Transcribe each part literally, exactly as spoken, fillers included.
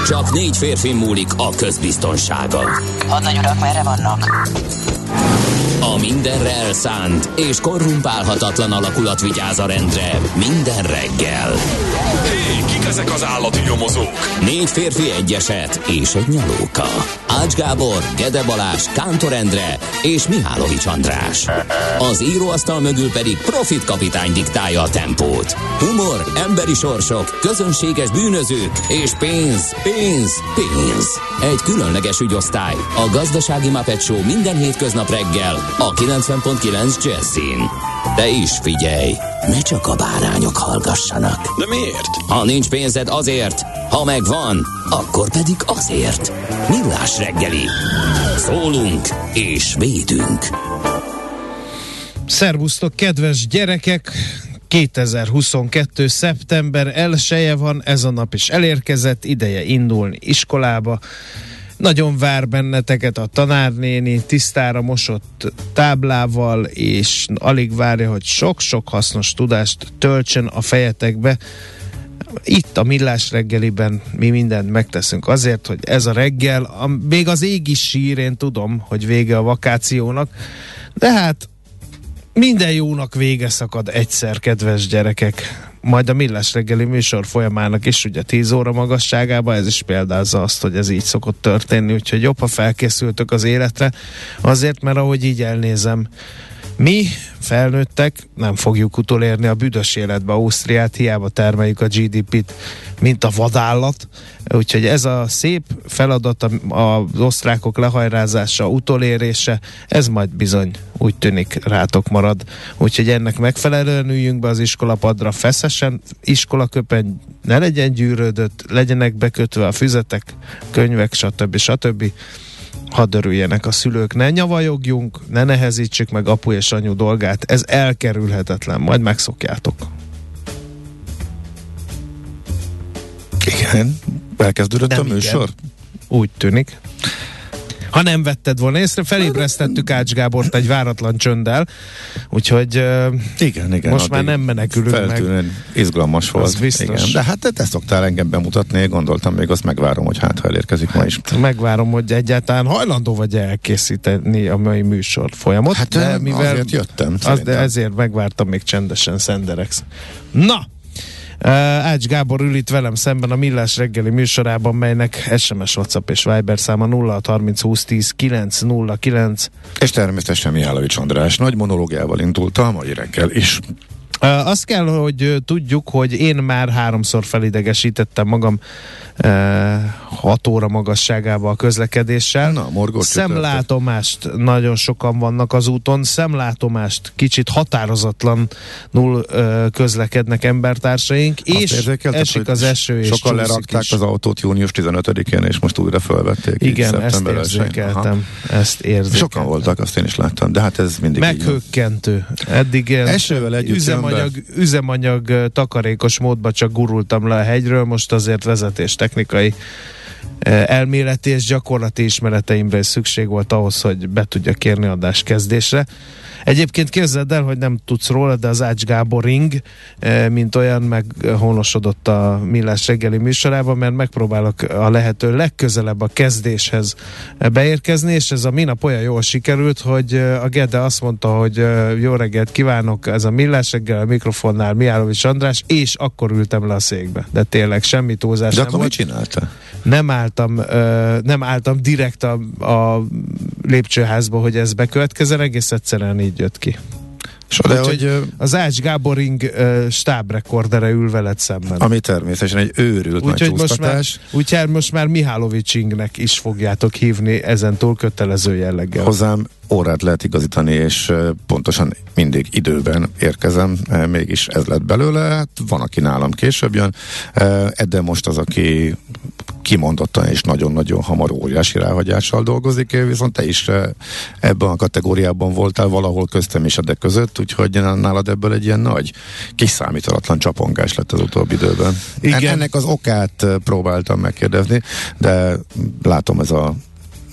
Csak négy férfi múlik a közbiztonsága. Hadnagy urak, merre vannak? A mindenre elszánt és korrumpálhatatlan alakulat vigyáz a rendre minden reggel. Hé, kik ezek az állati nyomozók? Négy férfi, egy eset és egy nyalóka. Ács Gábor, Gede Balázs, Kántor Endre és Mihálovics András. Az íróasztal mögül pedig Profit kapitány diktálja a tempót. Humor, emberi sorsok, közönséges bűnözők és pénz, pénz, pénz. Egy különleges ügyosztály, a Gazdasági Muppet Show minden hétköznap reggel a kilencven pont kilenc Jazzin. De is figyelj, ne csak a bárányok hallgassanak. De miért? Ha nincs pénzed, azért, ha megvan, akkor pedig azért. Millás reggeli. Szólunk és védünk. Szervusztok, kedves gyerekek! kétezer-huszonkettő. szeptember elseje van, ez a nap is elérkezett, ideje indulni iskolába. Nagyon vár benneteket a tanárnéni, tisztára mosott táblával, és alig várja, hogy sok-sok hasznos tudást töltsön a fejetekbe. Itt a Millás reggeliben mi mindent megteszünk azért, hogy ez a reggel, a, még az ég is sír, én tudom, hogy vége a vakációnak, de hát minden jónak vége szakad egyszer, kedves gyerekek. Majd a Millás reggeli műsor folyamának is ugye tíz óra magasságában, ez is példázza azt, hogy ez így szokott történni, úgyhogy jobb, ha felkészültök az életre, azért, mert ahogy így elnézem, mi, felnőttek, nem fogjuk utolérni a büdös életbe Ausztriát, hiába termeljük a gé dé pét, mint a vadállat, úgyhogy ez a szép feladat, az osztrákok lehajrázása, utolérése, ez majd bizony úgy tűnik rátok marad, úgyhogy ennek megfelelően üljünk be az iskolapadra feszesen, iskolaköpeny ne legyen gyűrődött, legyenek bekötve a füzetek, könyvek, stb. stb. Hadd örüljenek a szülők, ne nyavajogjunk, ne nehezítsük meg apu és anyu dolgát, ez elkerülhetetlen, majd megszokjátok. Igen, elkezdődött nem a műsor? Igen. Úgy tűnik. Ha nem vetted volna észre, felébresztettük Ács Gábort egy váratlan csönddel, úgyhogy uh, igen, igen, most már nem menekülünk meg. Feltűnően izgalmas volt. Igen, de hát te szoktál engem bemutatni, gondoltam, még azt megvárom, hogy hát ha elérkezik ma is. Megvárom, hogy egyáltalán hajlandó vagy elkészíteni a mai műsor folyamot. Hát de mivel azért jöttem. Az, de ezért megvártam, még csendesen szendereksz. Na! Uh, Ács Gábor ül itt velem szemben a Millás reggeli műsorában, melynek es em es, WhatsApp és Viber száma nulla hat harminc húsz tíz kilenc nulla kilenc. És természetesen Mihálovics András nagy monológiával indult a mai reggel is. Uh, azt kell, hogy tudjuk, hogy én már háromszor felidegesítettem magam uh, hat óra magasságába a közlekedéssel. Na, morgós szemlátomást nagyon sokan vannak az úton, szemlátomást kicsit határozatlanul uh, közlekednek embertársaink, azt és esik az eső, és sokan lerakták is az autót június tizenötödikén, és most újra felvették. Igen, ezt érzékeltem. Ezt érzékeltem. Sokan voltak, azt én is láttam, de hát ez mindig meghökkentő. Eddig esővel együtt üzemanyag, üzemanyag takarékos módba csak gurultam le a hegyről, most azért vezetéstechnikai elméleti és gyakorlati ismereteimre is szükség volt ahhoz, hogy be tudjak érni adás kezdésre. Egyébként képzeld el, hogy nem tudsz róla, de az Ács Gáboring, mint olyan, meghonosodott a Millás reggeli műsorában, mert megpróbálok a lehető legközelebb a kezdéshez beérkezni, és ez a minap olyan jól sikerült, hogy a Gede azt mondta, hogy jó reggelt kívánok, ez a Millás reggel, a mikrofonnál Mihálovics András, és akkor ültem le a székbe. De tényleg semmi túlzás de nem akkor volt. mit csinálta? Nem álltam, nem álltam direkt a, a lépcsőházba, hogy ez bekövetkezzen, egész egyszerűen így jött ki. De úgy, hogy az Ács Gáboring uh, stábrekordere ül veled szemben. Ami természetesen egy őrült úgy, nagy csúsztatás. Úgyhogy most már Mihálovicsingnek is fogjátok hívni, ezen túl kötelező jelleggel. Hozzám órát lehet igazítani, és uh, pontosan mindig időben érkezem, uh, mégis ez lett belőle. Hát van, aki nálam később jön, uh, de most az, aki kimondottan és nagyon-nagyon hamar óriási ráhagyással dolgozik, viszont te is ebben a kategóriában voltál valahol köztem és edek között, úgyhogy nálad ebből egy ilyen nagy, kiszámítalatlan csapongás lett az utóbbi időben. Igen. Ennek az okát próbáltam megkérdezni, de látom, ez a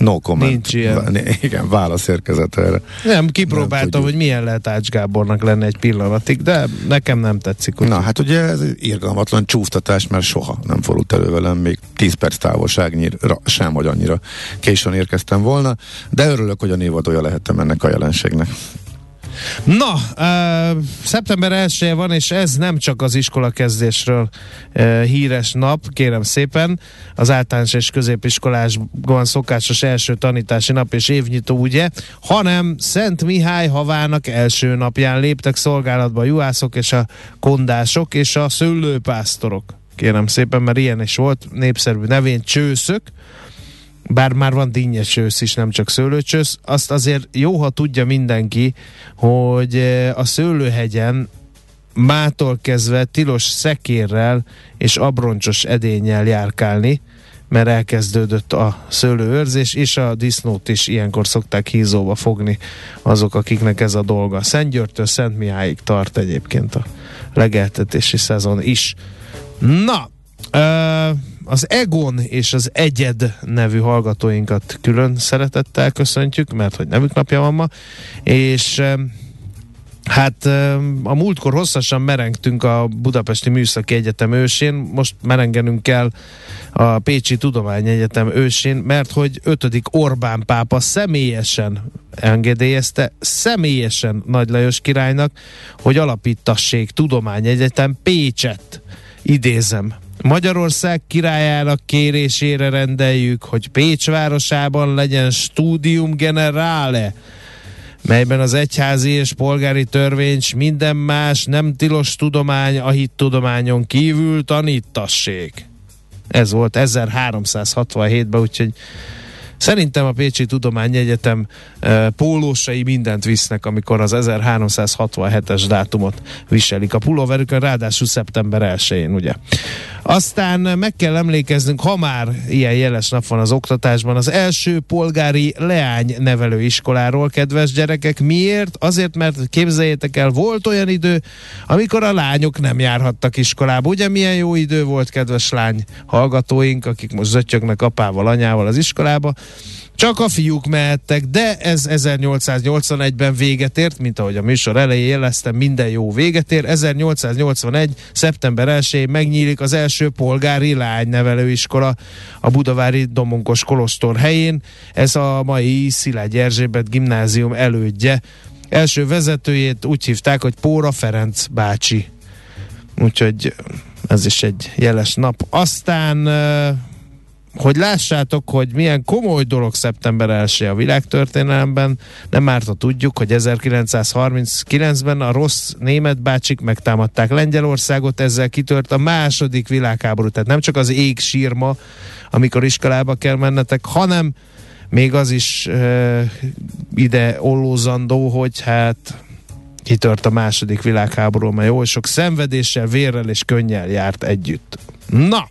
No comment. Nincs ilyen. Igen, válasz érkezett erre. Nem, kipróbáltam, nem hogy milyen lehet Ács Gábornak lenne egy pillanatig, de nekem nem tetszik. Na, hát ugye ez irgalmatlan csúsztatás, mert soha nem fordult elő velem, még tíz perc távolságnyira sem, hogy annyira későn érkeztem volna, de örülök, hogy a névadója lehettem ennek a jelenségnek. Na, uh, szeptember elseje van, és ez nem csak az iskolakezdésről uh, híres nap, kérem szépen, az általános és középiskolásban szokásos első tanítási nap és évnyitó, ugye, hanem Szent Mihály havának első napján léptek szolgálatba a juhászok és a kondások és a szőlőpásztorok. Kérem szépen, mert ilyen is volt, népszerű nevén csőszök, bár már van dinnyes ősz is, nem csak szőlőcsősz, azt azért jó, ha tudja mindenki, hogy a Szőlőhegyen mától kezdve tilos szekérrel és abroncsos edénnyel járkálni, mert elkezdődött a szőlőőrzés, és a disznót is ilyenkor szokták hízóba fogni azok, akiknek ez a dolga. Szentgyörgytől Szent Mihályig tart egyébként a legeltetési szezon is. Na, uh, az Egon és az Egyed nevű hallgatóinkat külön szeretettel köszöntjük, mert hogy nevük napja van ma, és hát a múltkor hosszasan merengtünk a Budapesti Műszaki Egyetem ősén, most merengenünk kell a Pécsi Tudományegyetem ősén, mert hogy ötödik Orbán pápa személyesen engedélyezte, személyesen Nagy Lajos királynak, hogy alapítassék Tudományegyetem Pécset. Idézem: Magyarország királyának kérésére rendeljük, hogy Pécs városában legyen Studium Generale, melyben az egyházi és polgári törvény s minden más nem tilos tudomány a hittudományon kívül tanítassék. Ez volt ezerháromszázhatvanhétben, úgyhogy szerintem a Pécsi Tudományegyetem e, pólósai mindent visznek, amikor az ezerháromszázhatvanhetes dátumot viselik a pulóverükön, ráadásul szeptember elsején, ugye. Aztán meg kell emlékeznünk, ha már ilyen jeles nap van az oktatásban, az első polgári leány nevelőiskoláról, kedves gyerekek. Miért? Azért, mert képzeljétek el, volt olyan idő, amikor a lányok nem járhattak iskolába. Ugye milyen jó idő volt, kedves lány hallgatóink, akik most zöttyögnek apával, anyával az iskolába. Csak a fiúk mehettek, de ez ezernyolcszáznyolcvanegyben véget ért, mint ahogy a műsor elején jeleztem, minden jó véget ér. ezernyolcszáznyolcvanegy. szeptember elsején megnyílik az első polgári lánynevelőiskola a budavári Domonkos kolostor helyén. Ez a mai Szilágy Erzsébet gimnázium elődje. Első vezetőjét úgy hívták, hogy Póra Ferenc bácsi. Úgyhogy ez is egy jeles nap. Aztán hogy lássátok, hogy milyen komoly dolog szeptember elseje a világtörténelemben, nem árt, ha tudjuk, hogy ezerkilencszázharminckilencben a rossz német bácsik megtámadták Lengyelországot, ezzel kitört a második világháború. Tehát nem csak az ég sírma, amikor iskolába kell mennetek, hanem még az is e, ide ollózandó, hogy hát kitört a második világháború, mert jó sok szenvedéssel, vérrel és könnyel járt együtt. Na!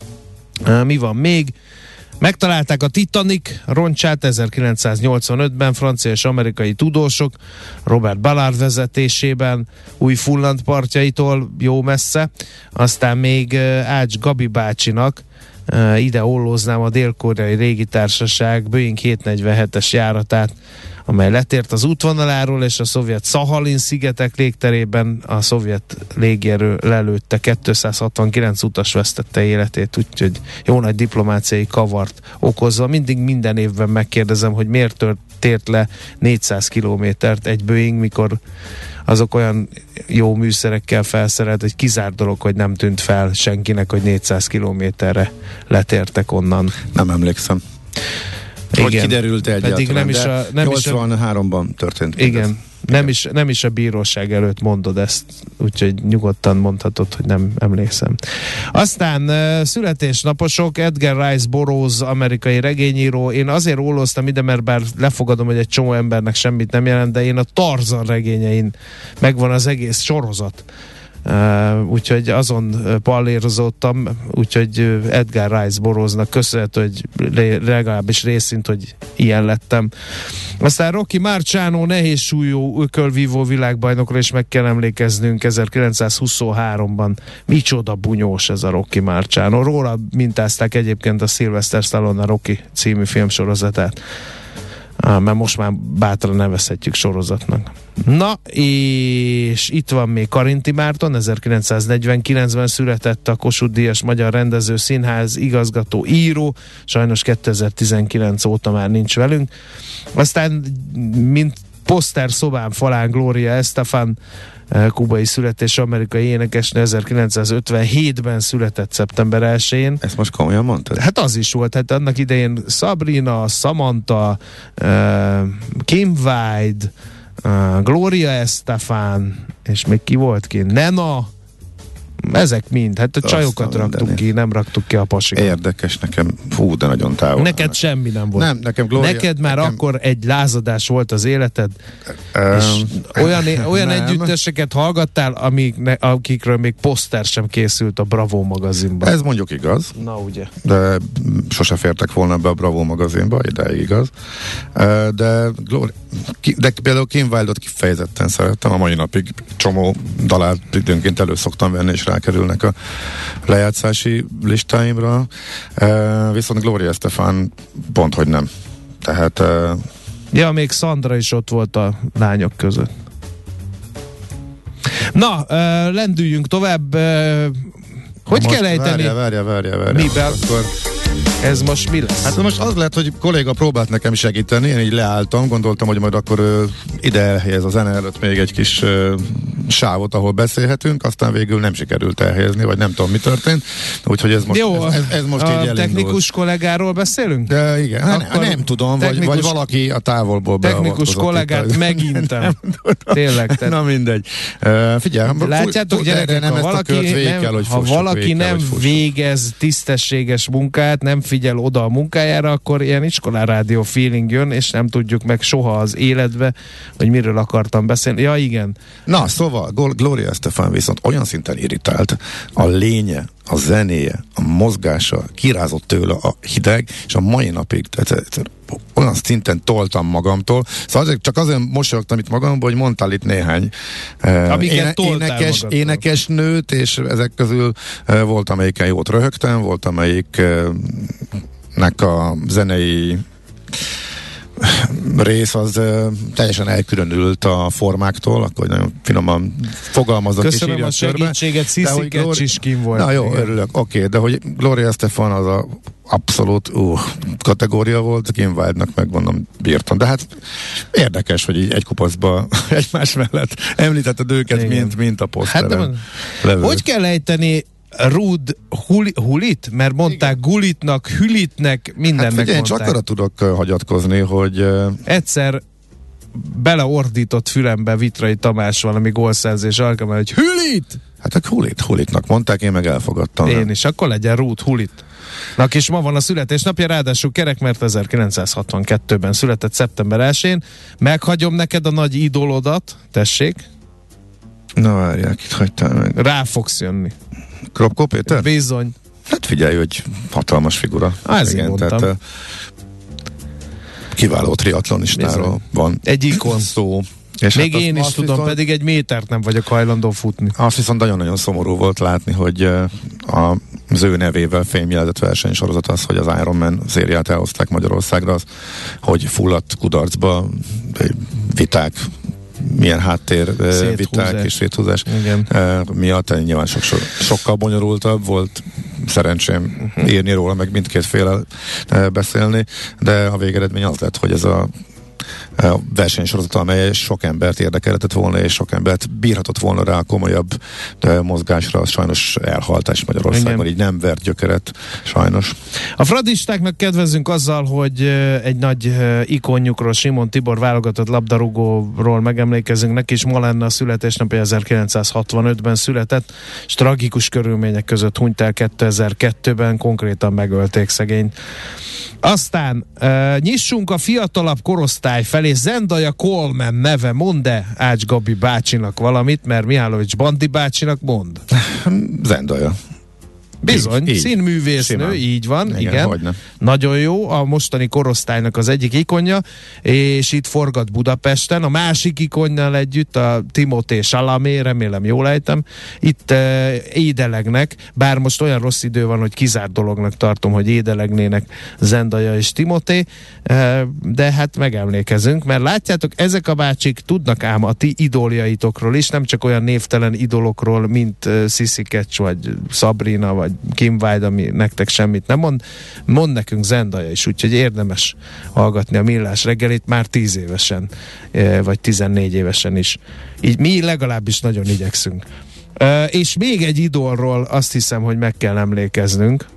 Mi van még? Megtalálták a Titanic roncsát ezerkilencszáznyolcvanötben francia és amerikai tudósok Robert Ballard vezetésében Új-Fulland partjaitól jó messze. Aztán még Ács Gabi bácsinak ide ollóznám a dél-koreai légitársaság Boeing hétszáznegyvenhetes járatát, amely letért az útvonaláról, és a szovjet Szahalin szigetek légterében a szovjet légierő lelőtte, kétszázhatvankilenc utas vesztette életét, úgyhogy jó nagy diplomáciai kavart okozva. Mindig minden évben megkérdezem, hogy miért tört, tért le négyszáz kilométert egy Boeing, mikor azok olyan jó műszerekkel felszerelt, hogy kizárt dolog, hogy nem tűnt fel senkinek, hogy négyszáz kilométerre letértek onnan. Nem emlékszem. Hogy igen, kiderült egyáltalán, pedig nem is a, nem nyolcvanháromban történt. Igen, igen. Nem, is, nem is a bíróság előtt mondod ezt, úgyhogy nyugodtan mondhatod, hogy nem emlékszem. Aztán uh, születésnaposok, Edgar Rice Burroughs, amerikai regényíró. Én azért óloztam ide, mert bár lefogadom, hogy egy csomó embernek semmit nem jelent, de én a Tarzan regényein megvan az egész sorozat. uh, úgyhogy azon pallérozottam, úgyhogy Edgar Rice Burroughsnak köszönhető, hogy legalábbis részint, hogy ilyen lettem. Aztán Rocky Marciano nehéz súlyú ökölvívó világbajnokra is meg kell emlékeznünk ezerkilencszázhuszonháromban. Micsoda bunyós ez a Rocky Marciano. Róla mintázták egyébként a Sylvester Stallone a Rocky című filmsorozatát. Ah, mert most már bátran nevezhetjük sorozatnak. Na, és itt van még Karinti Márton, ezerkilencszáznegyvenkilencben született, a Kossuth-díjas magyar rendező, színház igazgató, író, sajnos kétezer-tizenkilenc óta már nincs velünk. Aztán, mint poszter szobám falán Gloria Estefan, kubai születés, amerikai énekesnő, ezerkilencszázötvenhétben született szeptember elsején. Ezt most komolyan mondtad? Hát az is volt, hát annak idején Sabrina, Samantha, Kim Wilde, Gloria Estefan, és még ki volt ki? Nena, ezek mind, hát a azt csajokat raktuk ki, nem raktuk ki a pasikat. Érdekes, nekem, fú, de nagyon távol. Neked semmi nem volt. Nem, nekem Gloria, Neked már nekem... akkor egy lázadás volt az életed, um, és olyan, olyan nem. együtteseket hallgattál, amik ne, akikről még poszter sem készült a Bravo magazinban. Ez mondjuk igaz. Na ugye. De sose fértek volna be a Bravo magazinba, ideig igaz. De, Gloria, de például Kim Wilde-ot kifejezetten szerettem, a mai napig csomó dalát időnként elő szoktam venni, és rákerülnek a lejátszási listáimra. Uh, viszont Gloria Estefan pont, hogy nem. Tehát... Uh, ja, még Sandra is ott volt a lányok között. Na, uh, lendüljünk tovább. Uh, hogy most kell ejteni? Várja, várja, várja, várja. Miben? Akkor... Ez most mi lesz? Hát most az lehet, hogy kolléga próbált nekem segíteni, én így leálltam, gondoltam, hogy majd akkor ö, ide elhelyez a zene előtt még egy kis ö, sávot, ahol beszélhetünk, aztán végül nem sikerült elhelyezni, vagy nem tudom, mi történt, úgyhogy ez most, jó, ez, ez, ez most a így elindult. Technikus kollégáról beszélünk? De igen, hát nem, nem tudom, technikus, vagy, vagy valaki a távolból technikus kollégát itt, megintem. Tényleg. Tehát... Na mindegy. Uh, figyelj, látjátok, gyerekek, nem ha valaki, nem, kell, ha valaki kell, nem végez tisztességes munkát, nem figyel oda a munkájára, akkor ilyen iskolárádió feeling jön, és nem tudjuk meg soha az életbe, hogy miről akartam beszélni. Ja, igen. Na, szóval Gloria Estefan viszont olyan szinten irritált, a lénye, a zenéje, a mozgása, kirázott tőle a hideg, és a mai napig tehát, olyan szinten toltam magamtól. Szóval azért, csak azért mosolyogtam itt magamból, hogy mondtál itt néhány uh, éne, énekes, énekes nőt, és ezek közül uh, volt, amelyiken jót röhögtem, volt, amelyik uh, nek a zenei rész az uh, teljesen elkülönült a formáktól, akkor nagyon finoman fogalmazok és írja. Köszönöm a segítséget, Sziszike Csiskin volt. Na jó, igen. Örülök, oké, okay, de hogy Gloria Estefan az a abszolút uh, kategória volt, Kim Wilde-nak megmondom, bírtam. De hát érdekes, hogy így egy kupacba egymás mellett említetted őket, igen. mint, mint a poszteren. Hát hogy kell ejteni Rud huli, Hulit? Mert mondták igen. Gulitnak, Hülitnek, mindennek hát figyelj, mondták. Csak arra tudok uh, hagyatkozni, hogy... Uh, egyszer beleordított fülembe Vitrai Tamás valami gólszerzés alkalmával, hogy Hülit! Hát a Hulit, Hulitnak mondták, én meg elfogadtam. Én is, akkor legyen Rud Hulit. Na, és ma van a születésnapja, ráadásul kerek, mert ezerkilencszázhatvankettőben született szeptember elsején. Meghagyom neked a nagy idolodat, tessék. Na várják, itt hagytál meg. Rá fogsz jönni. Kropko Péter? Bizony. Hát figyelj, hogy hatalmas figura. Az igen, mondtam. Tehát, kiváló triatlonistáról van egy ikon szó. És még hát én is tudom, viszont, pedig egy métert nem vagyok hajlandó futni. Azt viszont nagyon-nagyon szomorú volt látni, hogy a, az ő nevével fémjelzett versenysorozat az, hogy az Ironman szériát elhozták Magyarországra, az, hogy fulladt kudarcba viták, milyen háttér széthúzás. Viták és széthúzás miatt, nyilván sok, so, sokkal bonyolultabb volt, szerencsém uh-huh. írni róla, meg mindkét féle beszélni, de a végeredmény az lett, hogy ez a a versenysorozat, amely sok embert érdekelhetett volna, és sok embert bírhatott volna rá a komolyabb mozgásra, az sajnos elhaltás Magyarországon, igen. Így nem vert gyökeret, sajnos. A fradistáknak kedvezzünk azzal, hogy egy nagy ikonjukról, Simon Tibor válogatott labdarúgóról megemlékezünk, neki is ma lenne a születésnapja, ezerkilencszázhatvanötben született, és tragikus körülmények között hunyt el kétezer-kettőben, konkrétan megölték szegényt. Aztán uh, nyissunk a fiatalabb korosztály táj felé. Zendaya Coleman neve mond-e Ács Gabi bácsinak valamit, mert Mihálovics Bandi bácsinak mond? Zendaya. Bizony, így, így. Színművésznő, Simán. így van, igen. igen. Hogyne. Nagyon jó, a mostani korosztálynak az egyik ikonja, és itt forgat Budapesten. A másik ikonnal együtt, a Timothée Chalamet, remélem jól ejtem, itt e, édelegnek, bár most olyan rossz idő van, hogy kizárt dolognak tartom, hogy édelegnének Zendaya és Timothée, e, de hát megemlékezünk, mert látjátok, ezek a bácsik tudnak ám a ti idoljaitokról is, nem csak olyan névtelen idolokról, mint uh, Sissy Catch, vagy Sabrina, vagy Kim Wilde, ami nektek semmit nem mond, mond nekünk Zendaya is, úgyhogy érdemes hallgatni a Millás reggelit már tíz évesen, vagy tizennégy évesen is. Így mi legalábbis nagyon igyekszünk. És még egy idolról azt hiszem, hogy meg kell emlékeznünk,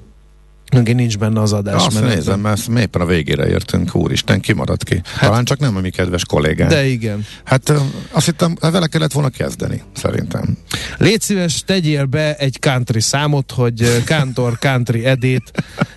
aki nincs benne az adás. Azt nézem, mert éppen a végére értünk, úristen, kimaradt ki. Hát, talán csak nem a mi kedves kollégánk. De igen. Hát azt hittem, vele kellett volna kezdeni, szerintem. Légy szíves, tegyél be egy country számot, hogy Kántor Country Edét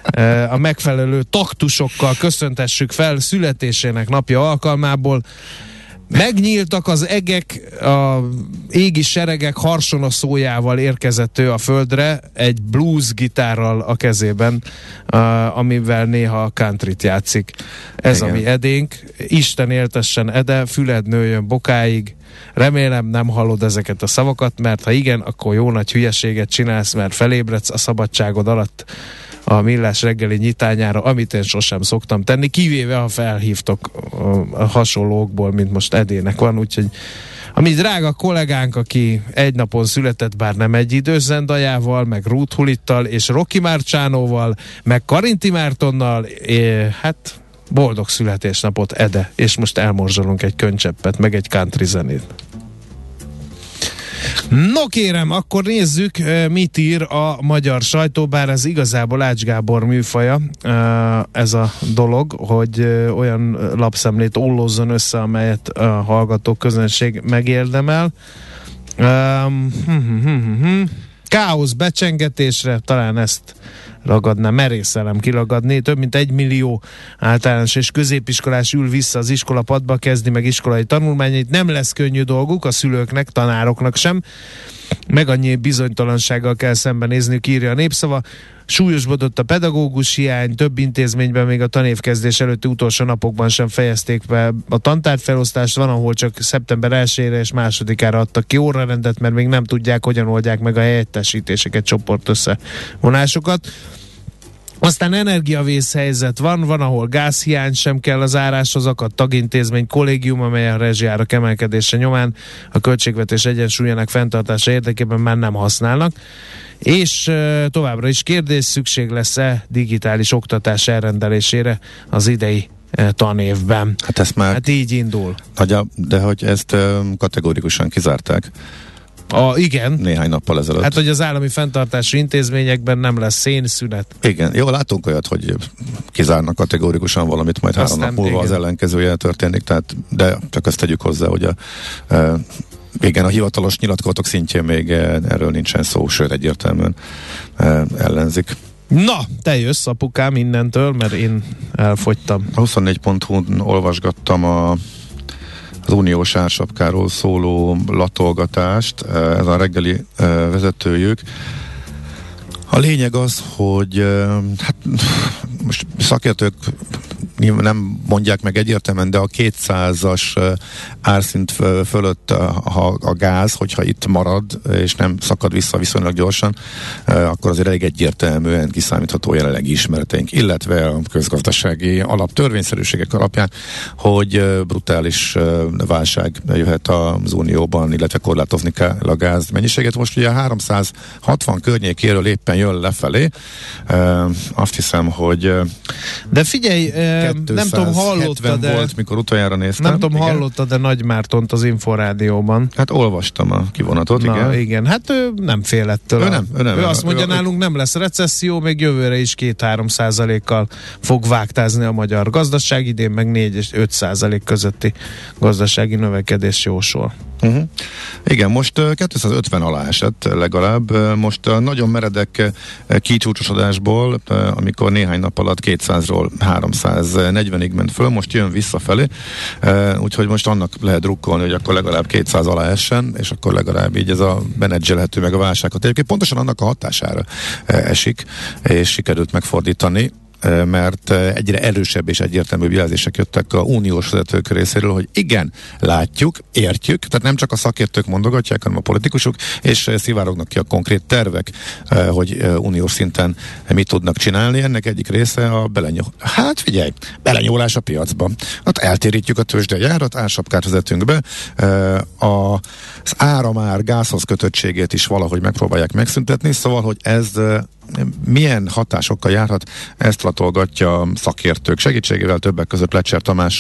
a megfelelő taktusokkal köszöntessük fel születésének napja alkalmából. Megnyíltak az egek, a égi seregek harsona szójával érkezett ő a földre, egy blues gitárral a kezében, uh, amivel néha a countryt játszik. Ez igen. A mi Edénk. Isten éltessen, Ede, füled nőjön bokáig. Remélem nem hallod ezeket a szavakat, mert ha igen, akkor jó nagy hülyeséget csinálsz, mert felébredsz a szabadságod alatt a Millás reggeli nyitányára, amit én sosem szoktam tenni, kivéve ha felhívtok a hasonlókból, mint most Edének van, úgyhogy a mi drága kollégánk, aki egy napon született, bár nem egy idős Zendayával, meg Ruth Hulittal, és Rocky Marcianoval, meg Karinti Mártonnal, é, hát boldog születésnapot, Ede, és most elmorzsolunk egy könycseppet, meg egy country zenét. No kérem, akkor nézzük, mit ír a magyar sajtó, bár ez igazából Ács Gábor műfaja, ez a dolog, hogy olyan lapszemlét ollózzon össze, amelyet a hallgató közönség megérdemel. Káosz becsengetésre, talán ezt ragadna, merészelem kiragadni. Több mint egy millió általános és középiskolás ül vissza az iskolapadba, kezdi meg iskolai tanulmányait. Nem lesz könnyű dolguk a szülőknek, tanároknak sem. Meg annyi bizonytalansággal kell szembenézniük, írja a Népszava. Súlyosbodott a pedagógus hiány, több intézményben még a tanévkezdés előtti utolsó napokban sem fejezték be a tantárgyfelosztást, van, ahol csak szeptember elsejére és másodikára adtak ki órarendet, mert még nem tudják, hogyan oldják meg a helyettesítéseket, csoport összevonásokat. Aztán energiavészhelyzet van, van, ahol gázhiány sem kell az áráshoz, akadt tagintézmény kollégium, amely a rezsiárak emelkedése nyomán a költségvetés egyensúlyának fenntartása érdekében már nem használnak. És e, továbbra is kérdés, szükség lesz-e digitális oktatás elrendelésére az idei e, tanévben. Hát, ezt már hát így indul. Nagyja, de hogy ezt e, kategórikusan kizárták. A, igen. Néhány nappal ezelőtt. Hát, hogy az állami fenntartási intézményekben nem lesz szénszünet. Igen. Jó, látunk olyat, hogy kizárnak kategórikusan valamit, majd három nap múlva igen. Az ellenkezője történik, tehát, de csak ezt tegyük hozzá, hogy a e, igen, a hivatalos nyilatkozatok szintjén még erről nincsen szó, sőt egyértelműen e, ellenzik. Na, te jössz, apukám, innentől, mert én elfogytam. A huszonnégy pont hu-n olvasgattam a az uniós ársapkáról szóló latolgatást, ez a reggeli vezetőjük. A lényeg az, hogy hát most szakértők nem mondják meg egyértelműen, de a kétszázas árszint fölött a, a gáz, hogyha itt marad, és nem szakad vissza viszonylag gyorsan, akkor azért elég egyértelműen kiszámítható jelenlegi ismereteink, illetve a közgazdasági alaptörvényszerűségek alapján, hogy brutális válság jöhet az Unióban, illetve korlátozni kell a gáz mennyiséget. Most ugye a háromszázhatvan környékéről éppen jön lefelé. Azt hiszem, hogy de figyelj, nem tudom, hallottad de volt, mikor utoljára néztem. Nem tudom, hallottad de Nagy Mártont az Inforádióban. Hát olvastam a kivonatot, Na, igen. igen. Hát ő nem fél ettől. Ő, nem, ő, nem, ő azt mondja, ő, nálunk nem lesz recesszió, még jövőre is két-három százalékkal fog vágtázni a magyar gazdaság, idén meg négy és öt százalék közötti gazdasági növekedés jósol. Uh-huh. Igen, most uh, kétszázötven alá esett legalább. Uh, most uh, nagyon meredek uh, kicsúcsosodásból, uh, amikor néhány nap alatt kétszázról háromszáznegyvenig ment föl, most jön visszafelé, uh, úgyhogy most annak lehet drukkolni, hogy akkor legalább kétszáz alá essen, és akkor legalább így ez a menedzselhető meg a válságot. Egyébként pontosan annak a hatására uh, esik, és sikerült megfordítani, mert egyre erősebb és egyértelműbb jelzések jöttek a uniós vezetők részéről, hogy igen, látjuk, értjük, tehát nem csak a szakértők mondogatják, hanem a politikusok, és szivárognak ki a konkrét tervek, hogy uniós szinten mit tudnak csinálni. Ennek egyik része a belenyúlás. Hát figyelj, belenyúlás a piacba. Hát eltérítjük a tőzsdei árat, ársapkát vezetünk be, az áramár gázhoz kötöttségét is valahogy megpróbálják megszüntetni, szóval, hogy ez milyen hatásokkal járhat, ezt latolgatja szakértők segítségével, többek között Lecser Tamás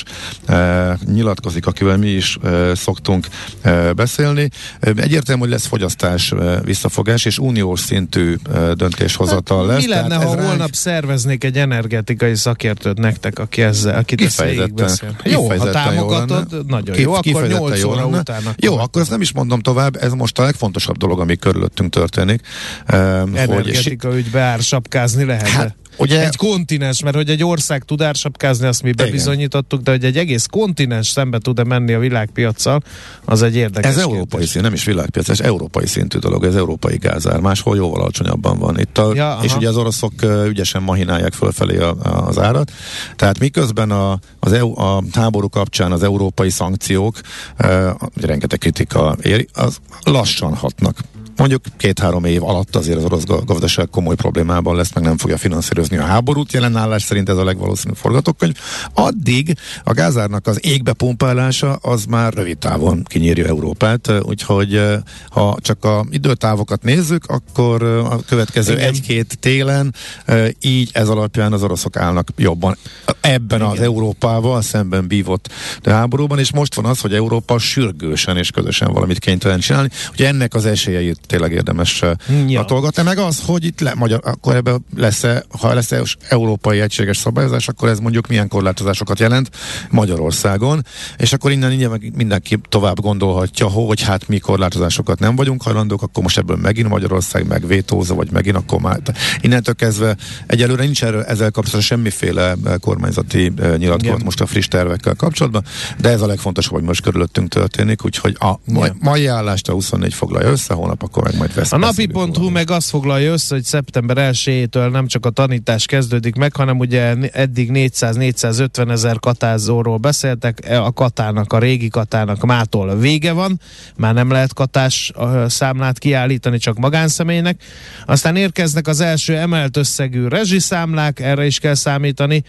e, nyilatkozik, akivel mi is e, szoktunk e, beszélni. Egyértelmű, hogy lesz fogyasztás e, visszafogás, és uniós szintű e, döntéshozatal lesz. Mi lenne, ha holnap ránk... szerveznék egy energetikai szakértőt nektek, aki ezzel, akit ezt végigbeszél? Jó, ha támogatod, jó nagyon Kif, jó, akkor nyolc óra után. Jó, akkor ezt nem is mondom tovább, ez most a legfontosabb dolog, ami körülöttünk történik. E, Energetika ügybe ársapkázni lehet. Hát, ugye, egy kontinens, mert hogy egy ország tud ársapkázni, azt mi bebizonyítottuk, de hogy egy egész kontinens szembe tud-e menni a világpiaccal, az egy érdekes. Ez európai szint, nem is világpiac, ez európai szintű dolog, ez európai gázár, máshol jóval alacsonyabban van itt. A, ja, és ugye az oroszok ügyesen mahinálják fölfelé a, a, az árat. Tehát miközben a, az EU, a háború kapcsán az európai szankciók, e, rengeteg kritika éri, az lassan hatnak. Mondjuk két-három év alatt azért az orosz gazdaság komoly problémában lesz, meg nem fogja finanszírozni a háborút. Jelenállás szerint ez a legvalószínűbb forgatókönyv. Addig a gázárnak az égbe pumpálása az már rövid távon kinyírja Európát, úgyhogy ha csak a időtávokat nézzük, akkor a következő Igen. egy-két télen így ez alapján az oroszok állnak jobban ebben Igen. az Európával szemben bívott háborúban, és most van az, hogy Európa sürgősen és közösen valamit kénytelen csinálni. Ugye ennek az esélyeit tényleg érdemes ja. latolgatni, meg az, hogy itt le, magyar, akkor ebben lesz-e, ha lesz-e európai egységes szabályozás, akkor ez mondjuk milyen korlátozásokat jelent Magyarországon, és akkor innen innen mindenki tovább gondolhatja, hogy hát mi korlátozásokat nem vagyunk hajlandók, akkor most ebből megint Magyarország megvétózza, vagy megint akkor már. Innentől kezdve egyelőre nincs erről, ezzel kapcsolatban semmiféle kormányzati nyilatkozat most a friss tervekkel kapcsolatban, de ez a legfontosabb, hogy most körülöttünk történik, úgyhogy a mai, mai állást a huszonnégy foglalja össze, holnap akkor meg majd vesz. A napi pont hu meg azt foglalja össze, hogy szeptember elsejétől nem csak a tanítás kezdődik meg, hanem ugye eddig négyszáz-négyszázötven ezer katázóról beszéltek, a katának, a régi katának mától vége van, már nem lehet katás számlát kiállítani, csak magánszemélynek. Aztán érkeznek az első emelt összegű rezsiszámlák, erre is kell számítani.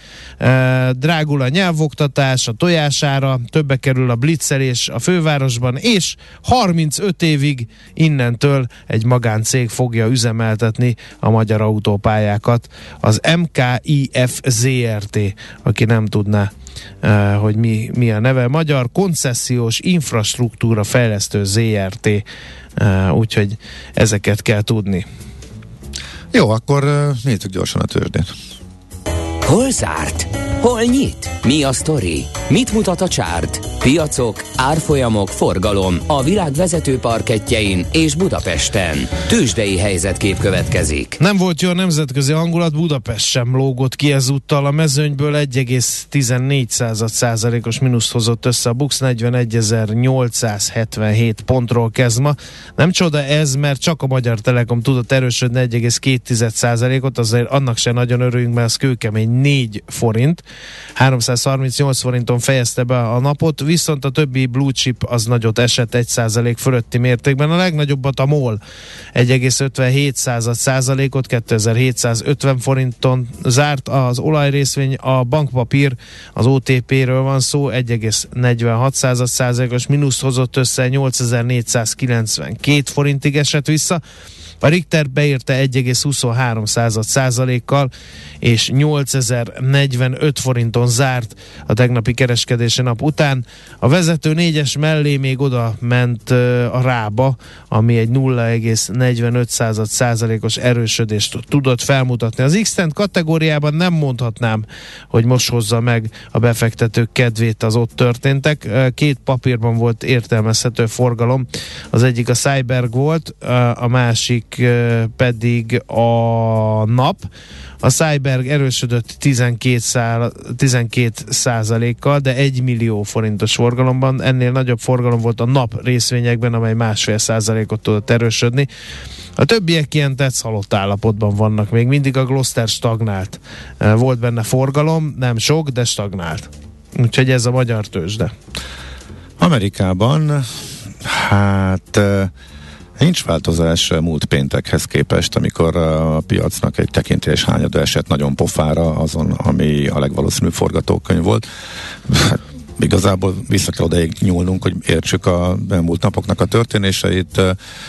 Drágul a nyelvoktatás, a tojására, többe kerül a blitzelés a fővárosban, és harmincöt évig innentől egy magáncég fogja üzemeltetni a magyar autópályákat. Az em ká i ef zé er té, aki nem tudná, uh, hogy mi, mi a neve, Magyar Koncesziós Infrastruktúra Fejlesztő zé er té, uh, úgyhogy ezeket kell tudni. Jó, akkor uh, nézzük gyorsan a tőzsdét. Hol zárt? Hol nyit? Mi a sztori? Mit mutat a csárt? Piacok, árfolyamok, forgalom a világ vezető parkettjein és Budapesten. Tőzsdei helyzetkép következik. Nem volt jó a nemzetközi hangulat, Budapest sem lógott ki ezúttal a mezőnyből, egy egész tizennégy százalékos mínuszt hozott össze a BUX, negyvenegyezer-nyolcszázhetvenhét pontról kezd ma. Nem csoda ez, mert csak a Magyar Telekom tudott erősödni egy egész két százalékot, azért annak se nagyon örülünk, mert az kőkemény négy forint. háromszázharmincnyolc forinton fejezte be a napot, viszont a többi blue chip az nagyot esett egy százalék fölötti mértékben. A legnagyobbat a MOL egy egész ötvenhét százalékot, kétezer-hétszázötven forinton zárt az olajrészvény, a bankpapír, az o té pé-ről van szó, egy egész negyvenhat százalékos mínuszt hozott össze, nyolcezer-négyszázkilencvenkét forintig esett vissza. A Richter beérte egy egész huszonhárom százalékkal, és nyolcezer-negyvenöt forinton zárt a tegnapi kereskedési nap után. A vezető négyes mellé még oda ment a Rába, ami egy nulla egész negyvenöt százalékos erősödést tudott felmutatni. Az X-Tent kategóriában nem mondhatnám, hogy most hozza meg a befektetők kedvét az ott történtek. Két papírban volt értelmezhető forgalom. Az egyik a Cyberg volt, a másik pedig a nap. A Cyberg erősödött tizenkét százalékkal, de egy millió forintos forgalomban. Ennél nagyobb forgalom volt a nap részvényekben, amely másfél százalékot tudott erősödni. A többiek ilyen tetszhalott állapotban vannak. Még mindig a Gloster stagnált. Volt benne forgalom, nem sok, de stagnált. Úgyhogy ez a magyar tőzsde. Amerikában hát nincs változás múlt péntekhez képest, amikor a piacnak egy tekintélyes hányada esett nagyon pofára azon, ami a legvalószínűbb forgatókönyv volt. Hát, igazából vissza kell odaig nyúlnunk, hogy értsük a elmúlt napoknak a történéseit.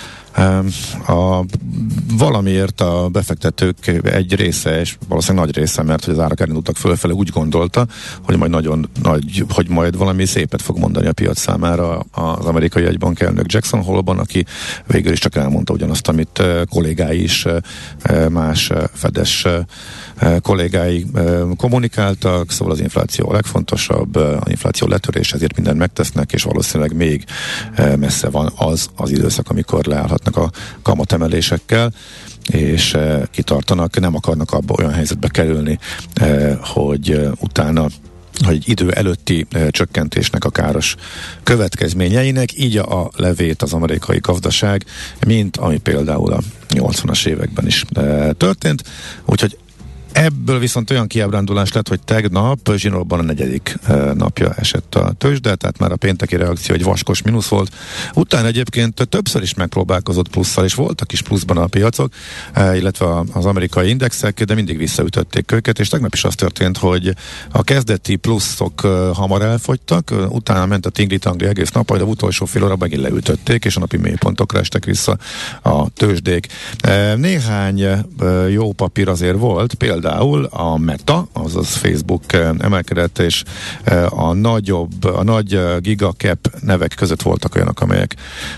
A, valamiért a befektetők egy része, és valószínűleg nagy része, mert hogy az árak elindultak fölfele, úgy gondolta, hogy majd nagyon nagy, hogy majd valami szépet fog mondani a piac számára az amerikai jegybank elnök Jackson Hole-ban, aki végül is csak elmondta ugyanazt, amit kollégái is, más fedes kollégái kommunikáltak, szóval az infláció a legfontosabb, az infláció letörés, ezért mindent megtesznek, és valószínűleg még messze van az az időszak, amikor leállhatnak a kamatemelésekkel, és kitartanak, nem akarnak abba olyan helyzetbe kerülni, hogy utána hogy idő előtti e, csökkentésnek a káros következményeinek, így a levét az amerikai gazdaság, mint ami például a nyolcvanas években is e, történt. Úgyhogy ebből viszont olyan kiábrándulás lett, hogy tegnap zsinórban a negyedik e, napja esett a tőzsde, tehát már a pénteki reakció egy vaskos mínusz volt. Utána egyébként többször is megpróbálkozott plusszal, és voltak is pluszban a piacok, e, illetve az amerikai indexek, de mindig visszaütötték őket, és tegnap is az történt, hogy a kezdeti pluszok e, hamar elfogytak, e, utána ment a tingli-tangli egész nap, majd a utolsó fél óra megint leütötték, és a napi mélypontokra estek vissza a tőzsdék. E, néhány e, jó papír azért volt, például Például a Meta, azaz Facebook emelkedett, és a nagyobb, a nagy gigacap nevek között voltak olyanok, amelyek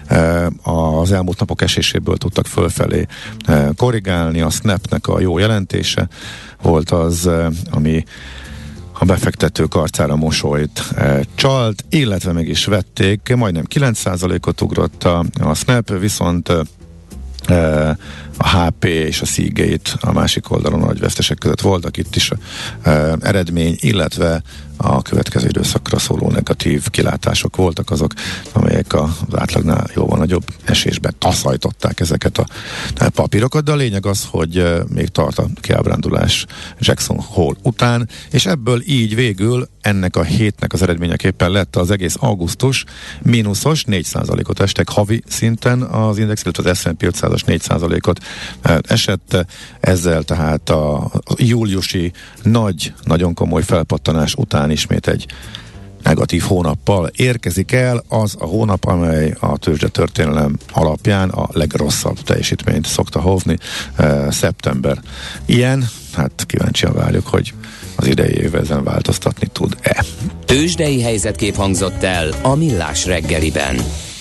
az elmúlt napok eséséből tudtak fölfelé korrigálni. A Snapnek a jó jelentése volt az, ami a befektetők arcára mosolyt e, csalt, illetve meg is vették, majdnem kilenc százalékot ugrott a, a Snap, viszont e, a há pé és a Seagate a másik oldalon nagy vesztesek között voltak, itt is e, eredmény, illetve a következő időszakra szóló negatív kilátások voltak azok, amelyek az átlagnál jóval nagyobb esésbe taszajtották ezeket a papírokat, de a lényeg az, hogy még tart a kiábrándulás Jackson Hole után, és ebből így végül ennek a hétnek az eredményeképpen lett az egész augusztus mínuszos, négy százalékot estek havi szinten az index, illetve az es and pé ötszázas négy százalékot esett, ezzel tehát a júliusi nagy, nagyon komoly felpattanás után ismét egy negatív hónappal érkezik el az a hónap, amely a tőzsde történelem alapján a legrosszabb teljesítményt szokta hozni, e, szeptember. Ilyen, hát kíváncsian várjuk, hogy az idei év ezen változtatni tud-e. Tőzsdei helyzetkép hangzott el a Millás reggeliben.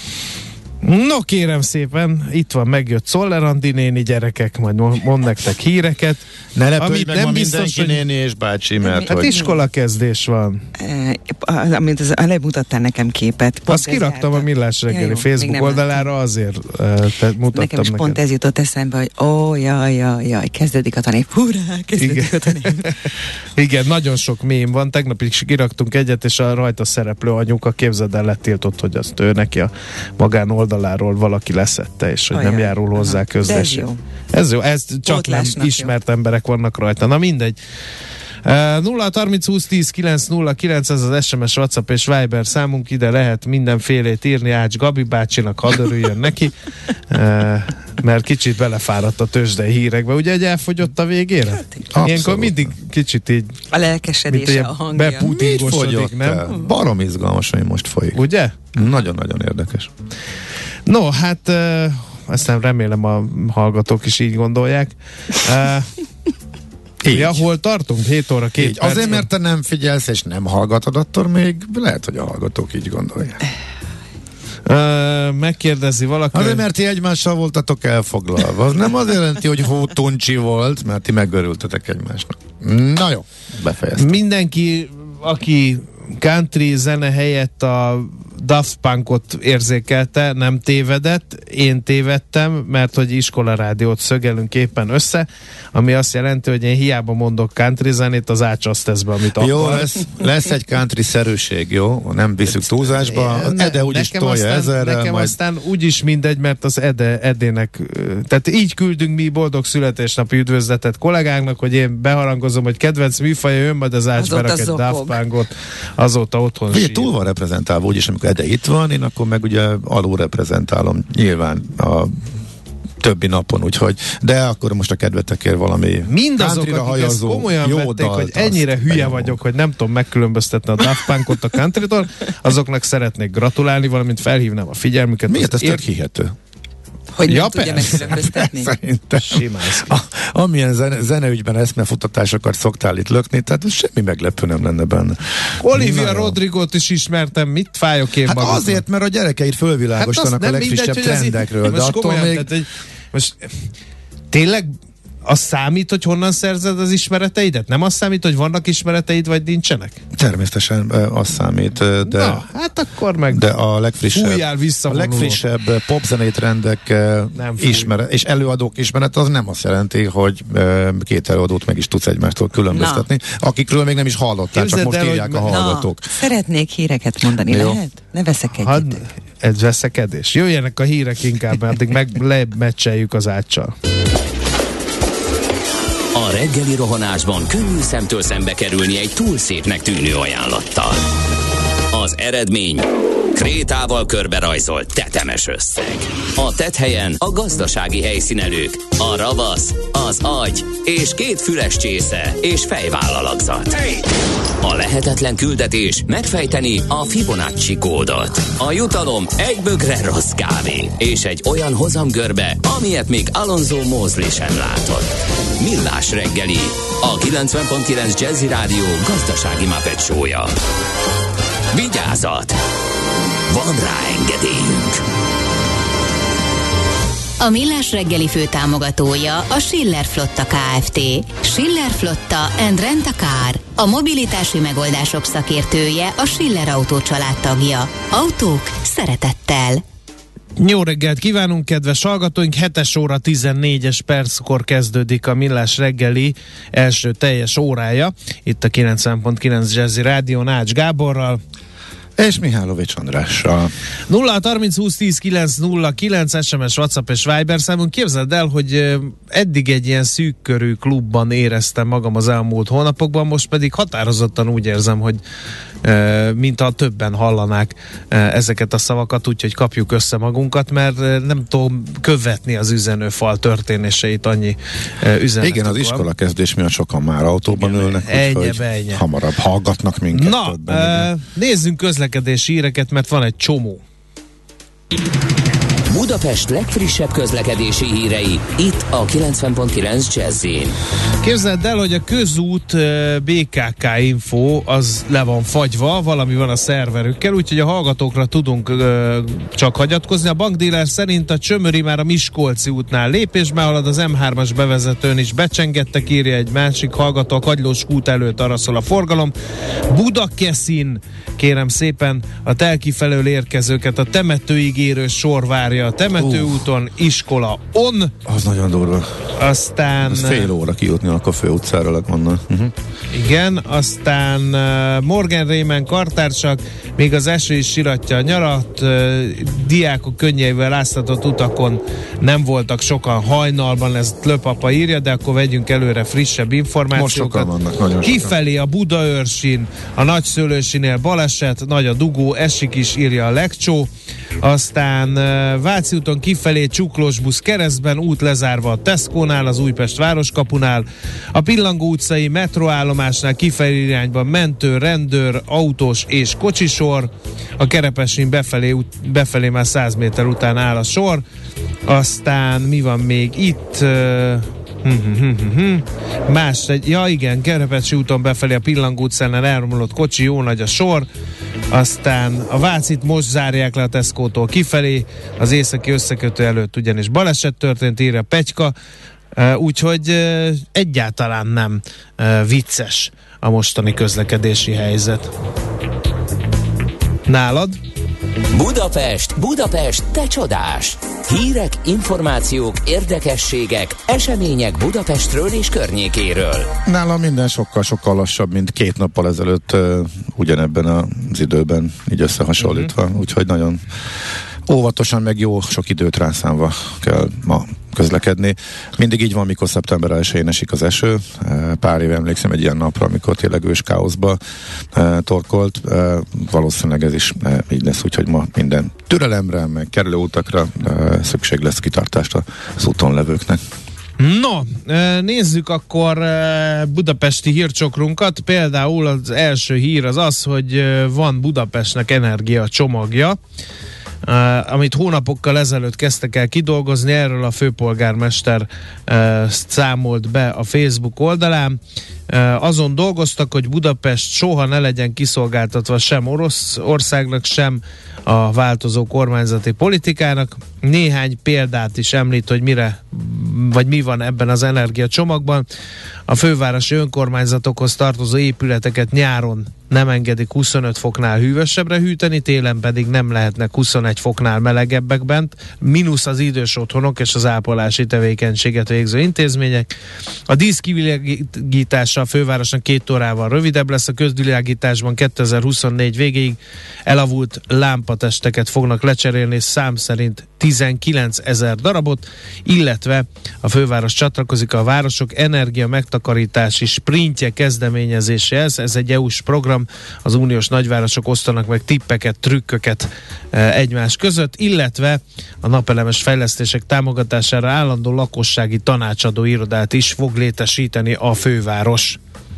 No kérem szépen, itt van, megjött Czoller Andi néni, gyerekek, majd mond nektek híreket. Ne lepődj meg, nem ma biztos, mindenki hogy... néni és bácsi, mert hát hogy... iskola kezdés van. E, amint az előbb mutattál nekem képet. Azt kiraktam a Millás reggeli ja, Facebook oldalára, azért uh, te, mutattam nekem. Nekem pont ez jutott eszembe, hogy ó, jaj, jaj, jaj, kezdődik a tanév. Hurrá, kezdődik Igen. a tanév. Igen, nagyon sok mém van. Tegnap is kiraktunk egyet, és a rajta szereplő anyuka, képzeld el, letiltott, hogy azt ő neki a magán oldaláról valaki leszette, és hogy Ajaj, nem járul hozzá közlésre. Ez jó. Ez jó, ez csak Pótlásnak nem ismert jó. emberek vannak rajta. Na mindegy. Uh, nulla harminc húsz tíz kilenc nulla kilenc, ez az es em es, WhatsApp és Viber számunk, ide lehet mindenfélét írni, Ács Gabi bácsinak, hadd örüljön neki, uh, mert kicsit belefáradt a tőzsdei hírekbe. Ugye, egy elfogyott a végére? Hát, ilyenkor mindig kicsit így a lelkesedése, a hangja. Bepútingosodik, nem? Barom izgalmas, ami most folyik. Ugye? Nagyon-nagyon érdekes. No, hát uh, aztán remélem a hallgatók is így gondolják. Uh, Így. Ja, hol tartunk? hét óra két perc. Azért, mert te nem figyelsz és nem hallgatod, attól még lehet, hogy a hallgatók így gondolják. Uh, megkérdezi valaki. Azért, mert ti egymással voltatok elfoglalva. Az nem azt jelenti, hogy hótuncsi volt, mert ti megörültetek egymásnak. Na jó, befejeztem. Mindenki, aki country zene helyett a Daft Punkot érzékelte, nem tévedett, én tévedtem, mert hogy iskolarádiót szögelünk éppen össze, ami azt jelenti, hogy én hiába mondok country zenét, az ácsaszt tesz be, amit jó, akar. lesz, lesz egy country szerűség, jó? Nem viszük túlzásba. Az Ne, Ede úgyis tolja aztán, ezerrel. Nekem majd... aztán úgyis mindegy, mert az Ede, Edének, tehát így küldünk mi boldog születésnapi üdvözletet kollégánknak, hogy én beharangozom, hogy kedvenc műfaja jön, majd az ács berak egy Daft Punkot, azóta otthon Ugye sír. túl van reprezentálva úgyis, amikor Ede itt van, én akkor meg ugye alul reprezentálom nyilván a többi napon, úgyhogy, de akkor most a kedvetekért valami mindazok, akik hajazó, ezt komolyan jó vették, dalt, hogy ennyire azt hülye bejom. vagyok, hogy nem tudom megkülönböztetni a Daft Punkot a countrytól, azoknak szeretnék gratulálni, valamint felhívnám a figyelmüket. Miért ez ér- tök hihető? Hogy Ja, nem tudja persze. megkülönböztetni. Szerintem. Simánszki. A, amilyen zene, zeneügyben eszmefutatásokat szoktál itt lökni, tehát semmi meglepő nem lenne benne. Olivia Na jó. Rodrigot is ismertem, mit fájok én Hát magamnak? azért, mert a gyerekeid fölvilágosítanak a legfrissebb trendekről, de attól komolyan, még... tehát, hogy most tényleg az számít, hogy honnan szerzed az ismereteidet? Nem az számít, hogy vannak ismereteid, vagy nincsenek? Természetesen eh, az számít, eh, de... Na, hát akkor meg De a legfrissebb, fújjál a visszavonuló. legfrissebb popzenei trendek Nem fúj. ismeret, és előadók ismeret, az nem azt jelenti, hogy eh, két előadót meg is tudsz egymástól különböztetni, akikről még nem is hallottál, csak Képzeld most el, hogy írják a me- hallgatók. Na, szeretnék híreket mondani, Jó. lehet? Ne veszekedj Hadd, itt. egy veszekedés. Jöjjenek a hírek inkább, mert addig meg lemeccseljük az áccsal. A reggeli rohanásban könnyű szemtől szembe kerülni egy túl szépnek tűnő ajánlattal. Az eredmény krétával körberajzolt tetemes összeg. A tetthelyen a gazdasági helyszínelők, a ravasz, az agy és két füles csésze és fejvállalakzat. A lehetetlen küldetés megfejteni a Fibonacci kódot. A jutalom egy bögre rossz kávé és egy olyan hozamgörbe, amilyet még Alonso Mosley sem látott. Millás reggeli, a kilencven pont kilenc Jazzy Rádió gazdasági Muppet show-ja. Vigyázat! Van rá engedélyünk! A Millás reggeli főtámogatója a Schiller Flotta Kft. Schiller Flotta and Rent a Car. A mobilitási megoldások szakértője, a Schiller Autó család tagja. Autók szeretettel. Jó reggelt kívánunk, kedves hallgatóink! hetes óra tizennégyes perckor kezdődik a Millás reggeli első teljes órája. Itt a kilencven pont kilenc Jazzy Rádión Ács Gáborral. És Mihálovics Andrással. nulla harminc húsz tíz kilenc nulla kilenc es em es, WhatsApp és Viber számunk. Képzeld el, hogy eddig egy ilyen szűkkörű klubban éreztem magam az elmúlt hónapokban, most pedig határozottan úgy érzem, hogy mintha többen hallanák ezeket a szavakat, úgyhogy kapjuk össze magunkat, mert nem tudom követni az üzenőfal történéseit, annyi üzenet. Igen, az iskola kezdés miatt sokan már autóban igen, ülnek, ennyi, úgyhogy ennyi. hamarabb hallgatnak minket. Na, többen, uh, nézzünk közlekedési híreket, mert van egy csomó. Budapest legfrissebb közlekedési hírei, itt a kilencven pont kilenc Jazzyn. Képzeld el, hogy a közút bé ká ká info az le van fagyva, valami van a szerverükkel, úgyhogy a hallgatókra tudunk ö, csak hagyatkozni. A bankdíler szerint a Csömöri már a Miskolci útnál lépésbe halad, az em hármas bevezetőn is becsengettek, írja egy másik hallgató, a Kagylós kút előtt arra szól a forgalom. Budakeszin, kérem szépen, a Telki felől érkezőket a temetőig érő sor várja a temetőúton, iskola on. Az nagyon durva. Aztán... Ez fél óra kijutni a főutcára lett onnan. Uh-huh. Igen, aztán uh, Morgan Rémen kartársak, még az eső is siratja a nyarat, uh, diákok könnyeivel áztatott utakon nem voltak sokan hajnalban, ez Tlöpapa írja, de akkor vegyünk előre frissebb információkat. Most sokan vannak, nagyon sokan. Kifelé a Budaörsin, a Nagyszőlősinél baleset, nagy a dugó, esik is, írja a Legcsó. Aztán Váci úton kifelé Csuklós busz keresztben, út lezárva a Tesco-nál, az Újpest városkapunál, a Pillangó utcai metroállomásnál kifelé irányban mentő, rendőr, autós és kocsisor, a Kerepesin befelé, befelé már száz méter után áll a sor. Aztán mi van még itt? Más, egy, ja igen, Kerepesi úton befelé a Pillangó utcánál elromlott kocsi, jó nagy a sor. Aztán a Vácit most zárják le a Tesco-tól kifelé, az északi összekötő előtt ugyanis baleset történt, írja Petyka, úgyhogy egyáltalán nem vicces a mostani közlekedési helyzet. Nálad? Budapest, Budapest, te csodás! Hírek, információk, érdekességek, események Budapestről és környékéről. Nálam minden sokkal-sokkal lassabb, mint két nappal ezelőtt uh, ugyanebben az időben, így összehasonlítva. Uh-huh. Úgyhogy nagyon óvatosan, meg jó sok időt rászánva kell ma közlekedni. Mindig így van, mikor szeptember elsején esik az eső. Pár éve emlékszem egy ilyen napra, amikor tényleg ős káoszba torkolt. Valószínűleg ez is így lesz, úgyhogy ma minden türelemre, meg kerülőutakra szükség lesz kitartásra az úton levőknek. No, nézzük akkor budapesti hírcsokrunkat. Például az első hír az az, hogy van Budapestnek energia csomagja, Uh, amit hónapokkal ezelőtt kezdtek el kidolgozni, erről a főpolgármester uh, számolt be a Facebook oldalán. Uh, azon dolgoztak, hogy Budapest soha ne legyen kiszolgáltatva sem Oroszországnak, sem a változó kormányzati politikának. Néhány példát is említ, hogy mire, vagy mi van ebben az energiacsomagban. A fővárosi önkormányzatokhoz tartozó épületeket nyáron nem engedik huszonöt foknál hűvösebbre hűteni, télen pedig nem lehetnek huszonegy foknál melegebbek bent, mínusz az idős otthonok és az ápolási tevékenységet végző intézmények. A díszkivilágítása a fővárosnak két órával rövidebb lesz, a közvilágításban kétezer-huszonnégy végéig elavult lámpatesteket fognak lecserélni, szám szerint tizenkilencezer darabot, illetve a főváros csatlakozik a városok energia megtakarítási sprintje kezdeményezéséhez. Ez egy é u-s program, az uniós nagyvárosok osztanak meg tippeket, trükköket e, egymás között, illetve a napelemes fejlesztések támogatására állandó lakossági tanácsadó irodát is fog létesíteni a főváros.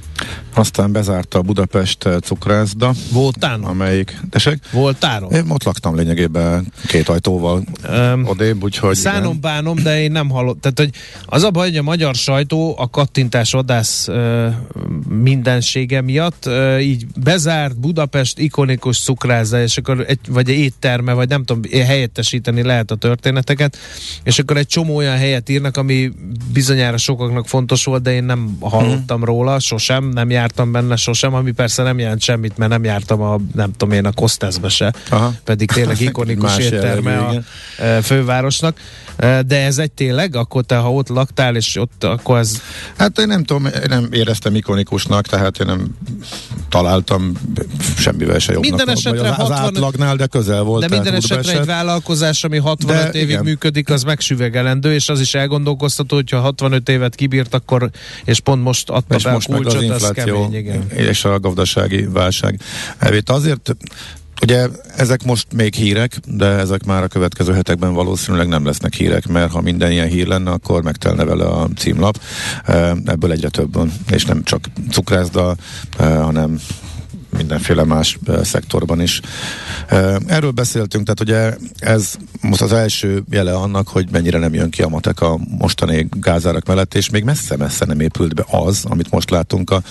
Aztán bezárta a Budapest cukrászda. Voltál? Amelyik... Tessék? Voltáron? Én ott laktam lényegében két ajtóval um, odébb, úgyhogy... Szánom, bánom, de én nem hallottam. Tehát, hogy az a baj, hogy a magyar sajtó a kattintás vadász uh, mindensége miatt uh, így bezárt Budapest ikonikus cukrászda, és akkor egy, vagy egy étterme, vagy nem tudom, helyettesíteni lehet a történeteket, és akkor egy csomó olyan helyet írnak, ami bizonyára sokaknak fontos volt, de én nem hallottam hmm. róla, sosem, nem jártam benne sosem, ami persze nem jelent semmit, mert nem jártam a, nem tudom én, a Kosteszbe se, aha. pedig tényleg ikonikus étterme a fővárosnak. De ez egy tényleg? Akkor te, ha ott laktál, és ott, akkor ez... Hát én nem tudom, én nem éreztem ikonikusnak, tehát én nem találtam semmivel se jobbnak. Minden esetre az, hatvan... az átlagnál, de közel volt. De minden esetre esett. Egy vállalkozás, ami hatvanöt de, évig igen. működik, az megsüvegelendő, és az is elgondolkoztató, hogyha hatvanöt évet kibírt, akkor, és pont most adta és be most a kulcsot, az, az kemény, igen. És a gazdasági válság elvét. Azért ugye ezek most még hírek, de ezek már a következő hetekben valószínűleg nem lesznek hírek, mert ha minden ilyen hír lenne, akkor megtelne vele a címlap. Ebből egyre több van, és nem csak cukrászda, hanem mindenféle más uh, szektorban is. Uh, erről beszéltünk, tehát ugye ez most az első jele annak, hogy mennyire nem jön ki a matek a mostani gázárak mellett, és még messze-messze nem épült be az, amit most látunk a,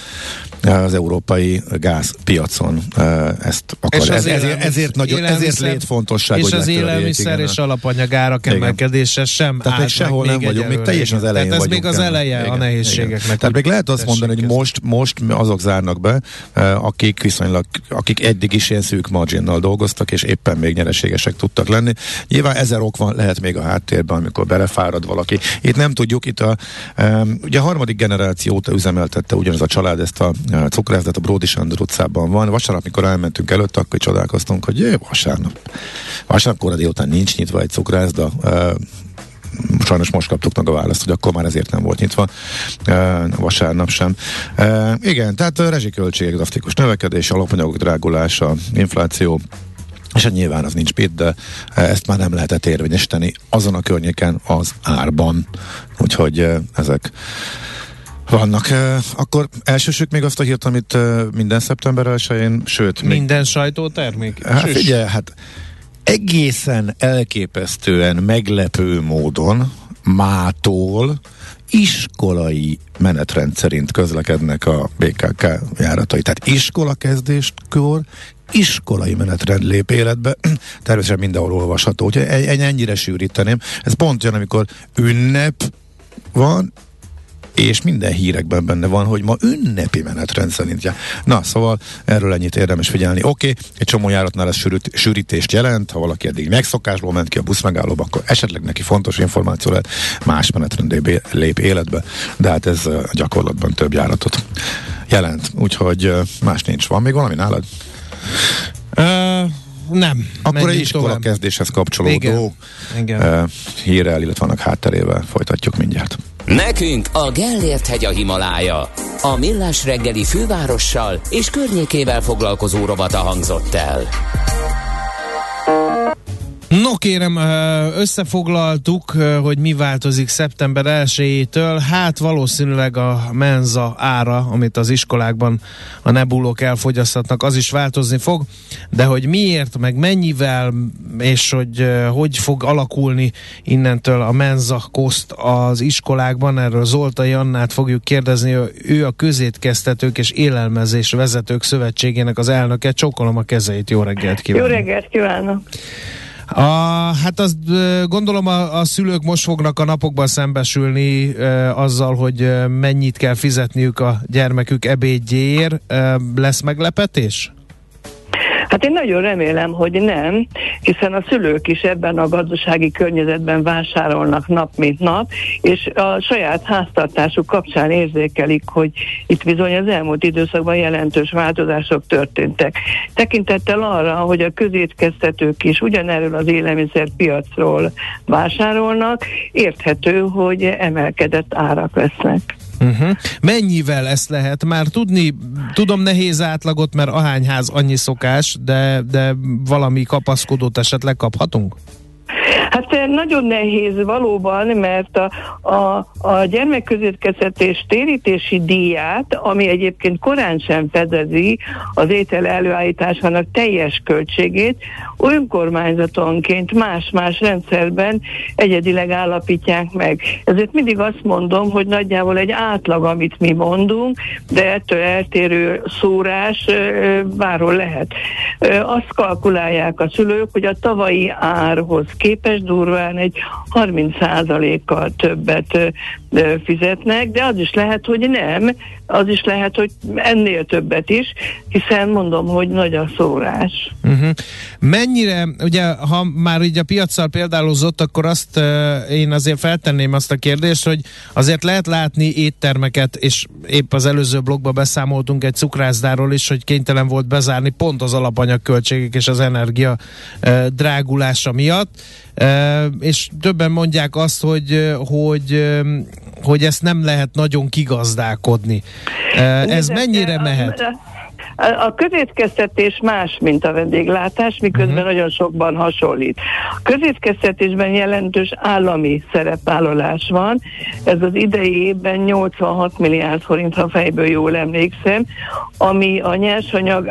az európai gázpiacon. Uh, ezt akar. Ez, ezért, ezért, nagyon, ezért létfontosság, és hogy az élelmiszer és alapanyagárak emelkedése sem tehát még sehol nem vagyunk, még teljesen az elején tehát ez vagyunk. még az eleje igen, a nehézségeknek. Igen. Tehát még lehet azt mondani, hogy most, most azok zárnak be, uh, akik viszonylag, akik eddig is ilyen szűk marginnal dolgoztak, és éppen még nyereségesek tudtak lenni. Nyilván ezer ok van, lehet még a háttérben, amikor belefárad valaki. Itt nem tudjuk, itt a, um, ugye a harmadik generáció óta üzemeltette ugyanaz a család ezt a uh, cukrászdat, a Bródi Sándor utcában van. Vasárnap, mikor elmentünk előtt, akkor csodálkoztunk, hogy jé, vasárnap. Vasárnap kora délután nincs nyitva egy cukrászda. Uh, sajnos most kaptuk meg a választ, hogy akkor már ezért nem volt nyitva e, vasárnap sem. E, igen, tehát a rezsiköltségek drasztikus növekedés, alapanyagok drágulása, infláció, és hát nyilván az nincs itt, de ezt már nem lehetett érvényesíteni azon a környéken az árban. Úgyhogy ezek vannak. Akkor elsősük még azt a hírt, amit minden szeptember elsején, sőt... Minden még... sajtótermék? Hát figyelj, hát egészen elképesztően meglepő módon mától iskolai menetrend szerint közlekednek a bé ká ká járatai. Tehát iskolakezdéskor iskolai menetrend lép életbe, természetesen mindenhol olvasható, úgyhogy ennyire sűríteném. Ez pont jön, amikor ünnep van, és minden hírekben benne van, hogy ma ünnepi menetrend szerint jár. Na, szóval erről ennyit érdemes figyelni. Oké, okay, egy csomó járatnál ez sűrít, sűrítést jelent, ha valaki eddig megszokásból ment ki a buszmegállóba, akkor esetleg neki fontos információ lehet, más menetrend lép életbe, de hát ez a gyakorlatban több járatot jelent. Úgyhogy más nincs. Van még valami nálad? Uh, nem. Akkor egy iskola kezdéshez kapcsolódó Igen. Igen. Uh, hírrel, illetve vannak hátterével folytatjuk mindjárt. Nekünk a Gellért hegy a Himalája. A Millás reggeli fővárossal és környékével foglalkozó rovata hangzott el. No kérem, összefoglaltuk, hogy mi változik szeptember elsejétől. Hát valószínűleg a menza ára, amit az iskolákban a nebulók elfogyasztatnak, az is változni fog, de hogy miért, meg mennyivel, és hogy hogy fog alakulni innentől a menza koszt az iskolákban, erről Zoltai Annát fogjuk kérdezni, ő a Közétkeztetők és Élelmezés Vezetők Szövetségének az elnöke. Csókolom a kezeit, jó reggelt kívánok! Jó reggelt kívánok! A, hát azt gondolom a, a szülők most fognak a napokban szembesülni e, azzal, hogy mennyit kell fizetniük a gyermekük ebédjéért. E, lesz meglepetés? Hát én nagyon remélem, hogy nem, hiszen a szülők is ebben a gazdasági környezetben vásárolnak nap mint nap, és a saját háztartásuk kapcsán érzékelik, hogy itt bizony az elmúlt időszakban jelentős változások történtek. Tekintettel arra, hogy a közétkeztetők is ugyanerről az élelmiszerpiacról vásárolnak, érthető, hogy emelkedett árak lesznek. Uh-huh. Mennyivel ezt lehet már tudni? Tudom, nehéz átlagot, mert ahány ház annyi szokás, de, de valami kapaszkodót esetleg kaphatunk? Hát nagyon nehéz valóban, mert a, a, a gyermekközétkeztetés térítési díját, ami egyébként korán sem fedezi az étel előállításának teljes költségét, önkormányzatonként más-más rendszerben egyedileg állapítják meg. Ezért mindig azt mondom, hogy nagyjából egy átlag, amit mi mondunk, de ettől eltérő szórás bárhol lehet. Azt kalkulálják a szülők, hogy a tavalyi árhoz képest durván egy harminc százalékkal többet fizetnek, de az is lehet, hogy nem, az is lehet, hogy ennél többet is, hiszen mondom, hogy nagy a szórás. Uh-huh. Mennyire, ugye, ha már így a piaccal példálozott, akkor azt uh, én azért feltenném azt a kérdést, hogy azért lehet látni éttermeket, és épp az előző blogban beszámoltunk egy cukrászdáról is, hogy kénytelen volt bezárni pont az alapanyagköltségek és az energia uh, drágulása miatt, uh, és többen mondják azt, hogy, hogy, uh, hogy ezt nem lehet nagyon kigazdálkodni. Uh, ez mennyire mehet? A közétkeztetés más, mint a vendéglátás, miközben uh-huh. nagyon sokban hasonlít. A közétkeztetésben jelentős állami szerepvállalás van. Ez az idei évben nyolcvanhat milliárd forint, ha fejből jól emlékszem, ami a nyersanyag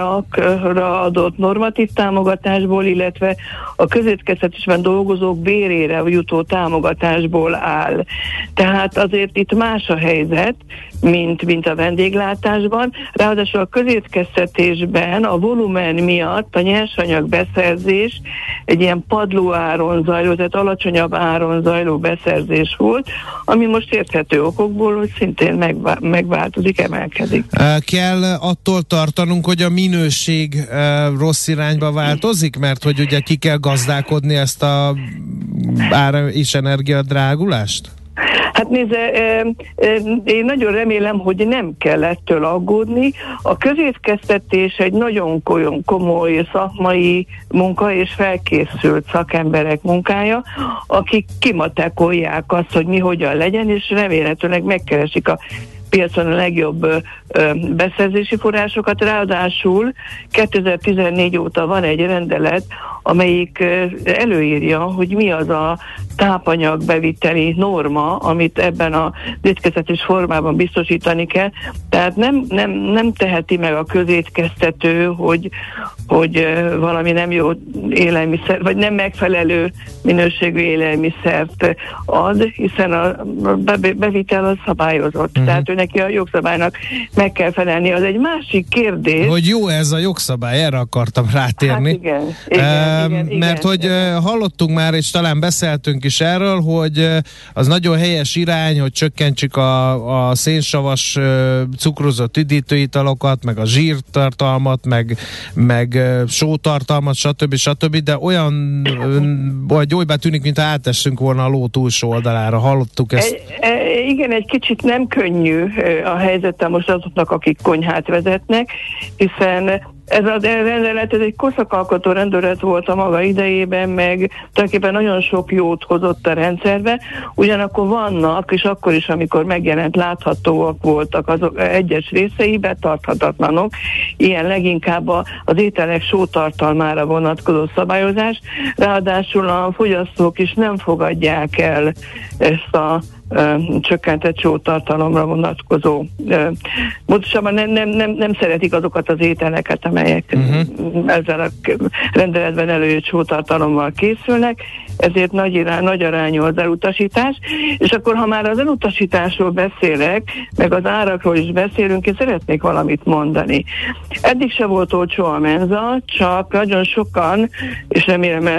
árakra adott normatív támogatásból, illetve a közétkeztetésben dolgozók bérére jutó támogatásból áll. Tehát azért itt más a helyzet, mint, mint a vendéglátásban. Ráadásul a közétkeztetésben a volumen miatt a nyersanyag beszerzés egy ilyen padlóáron zajló, tehát alacsonyabb áron zajló beszerzés volt, ami most érthető okokból, hogy szintén megvá- megváltozik, emelkedik. Kell attól tartanunk, hogy a minőség rossz irányba változik, mert hogy ugye ki kell gazdálkodni ezt a ára és energia drágulást? Hát nézze, én nagyon remélem, hogy nem kell ettől aggódni. A közétkeztetés egy nagyon komoly szakmai munka és felkészült szakemberek munkája, akik kimatekolják azt, hogy mi hogyan legyen, és remélhetőleg megkeresik a piacon a legjobb ö, ö, beszerzési forrásokat, ráadásul kétezer-tizennégy óta van egy rendelet, amelyik ö, előírja, hogy mi az a tápanyagbeviteli norma, amit ebben a étkeztetés formában biztosítani kell. Tehát nem, nem, nem teheti meg a közétkeztető, hogy, hogy valami nem jó élelmiszer, vagy nem megfelelő minőségű élelmiszert ad, hiszen a bevitel az szabályozott. Uh-huh. Tehát ő neki a jogszabálynak meg kell felelni. Az egy másik kérdés. Hogy jó ez a jogszabály, erre akartam rátérni. Hát igen, igen, e, igen, mert igen, hogy igen. hallottunk már, és talán beszéltünk is erről, hogy az nagyon helyes irány, hogy csökkentsük a, a szénsavas cukrozott üdítőitalokat, meg a zsírtartalmat, meg, meg sótartalmat, stb. stb. De olyan, vagy olybá tűnik, mintha átessünk volna a ló túlsó oldalára. Hallottuk ezt? E, igen, egy kicsit nem könnyű a helyzettel most azoknak, akik konyhát vezetnek, hiszen ez a rendelet, ez egy korszakalkotó rendelet volt a maga idejében, meg tulajdonképpen nagyon sok jót hozott a rendszerbe, ugyanakkor vannak, és akkor is, amikor megjelent, láthatóak voltak azok egyes részei, betarthatatlanok, ilyen leginkább az ételek sótartalmára vonatkozó szabályozás, ráadásul a fogyasztók is nem fogadják el ezt a Ö, csökkentett sótartalomra vonatkozó. Pontosabban nem, nem, nem, nem szeretik azokat az ételeket, amelyek uh-huh. ezzel a rendeletben előjött sótartalommal készülnek, ezért nagy, irány, nagy arányú az elutasítás, és akkor ha már az elutasításról beszélek, meg az árakról is beszélünk, én szeretnék valamit mondani. Eddig se volt olcsó a menza, csak nagyon sokan, és remélem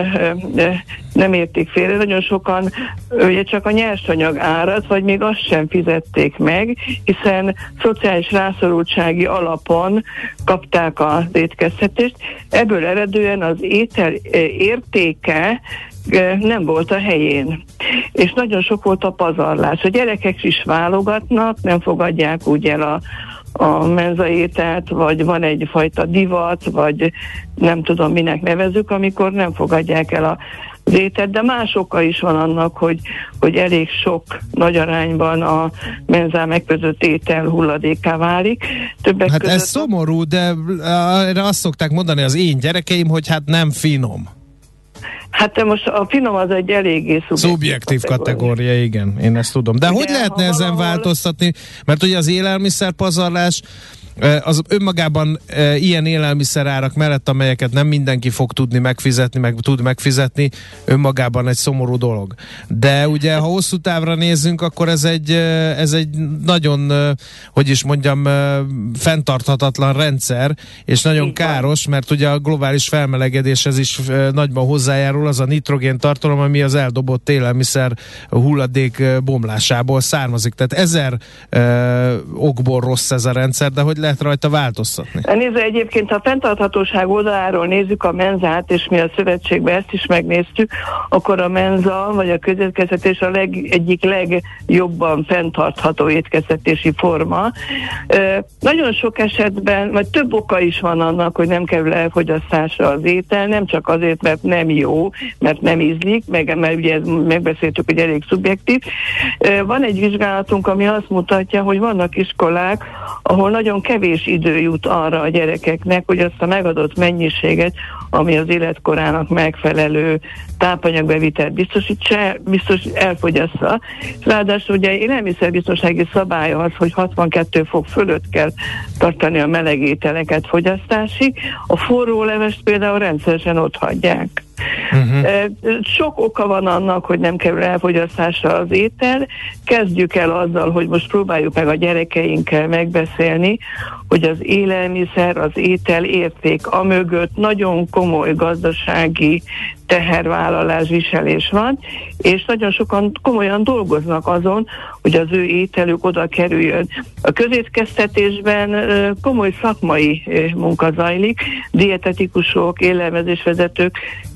nem érték félre, nagyon sokan ugye csak a nyersanyag árat, vagy még azt sem fizették meg, hiszen szociális rászorultsági alapon kapták az étkeztetést. Ebből eredően az étel értéke nem volt a helyén. És nagyon sok volt a pazarlás. A gyerekek is válogatnak, nem fogadják úgy el a a menzaételt, vagy van egyfajta divat, vagy nem tudom minek nevezzük, amikor nem fogadják el a az ételt, de más oka is van annak, hogy, hogy elég sok nagy arányban a menzán megközött étel hulladékká válik. Többek hát között ez szomorú, de erre azt szokták mondani az én gyerekeim, hogy hát nem finom. Hát de most a finom az egy eléggé szubjektív, szubjektív kategória. kategória, igen, én ezt tudom. De igen, hogy lehetne ezen valahol változtatni? Mert ugye az élelmiszerpazarlás az önmagában e, ilyen élelmiszerárak mellett, amelyeket nem mindenki fog tudni megfizetni, meg tud megfizetni, önmagában egy szomorú dolog. De ugye, ha hosszú távra nézzünk, akkor ez egy, ez egy nagyon, hogy is mondjam, fenntarthatatlan rendszer, és nagyon így káros, van. Mert ugye a globális felmelegedéshez is nagyban hozzájárul az a nitrogén tartalom, ami az eldobott élelmiszer hulladék bomlásából származik. Tehát ezer e, okból rossz ez a rendszer, de hogy lehet rajta változtatni? Nézze, egyébként ha a fenntarthatóság oldaláról nézzük a menzát, és mi a szövetségben ezt is megnéztük, akkor a menza, vagy a közétkeztetés a leg, egyik legjobban fenntartható étkeztetési forma. E, nagyon sok esetben, vagy több oka is van annak, hogy nem kerül elfogyasztásra az étel, nem csak azért, mert nem jó, mert nem ízlik, meg, mert ugye ez, megbeszéltük, hogy elég szubjektív. E, van egy vizsgálatunk, ami azt mutatja, hogy vannak iskolák, ahol nagyon kevés idő jut arra a gyerekeknek, hogy azt a megadott mennyiséget, ami az életkorának megfelelő tápanyagbevitelt biztosítsa, biztos elfogyassza. Ráadásul ugye élelmiszerbiztonsági szabály az, hogy hatvankettő fok fölött kell tartani a meleg ételeket fogyasztásig. A forró levest például rendszeresen ott hagyják. Uh-huh. Sok oka van annak, hogy nem kerül elfogyasztásra az étel. Kezdjük el azzal, hogy most próbáljuk meg a gyerekeinkkel megbeszélni, hogy az élelmiszer, az étel érték amögött nagyon komoly gazdasági tehervállalás, viselés van, és nagyon sokan komolyan dolgoznak azon, hogy az ő ételük oda kerüljön. A közétkeztetésben komoly szakmai munka zajlik, dietetikusok, élelmezésvezetők, közétkeztetések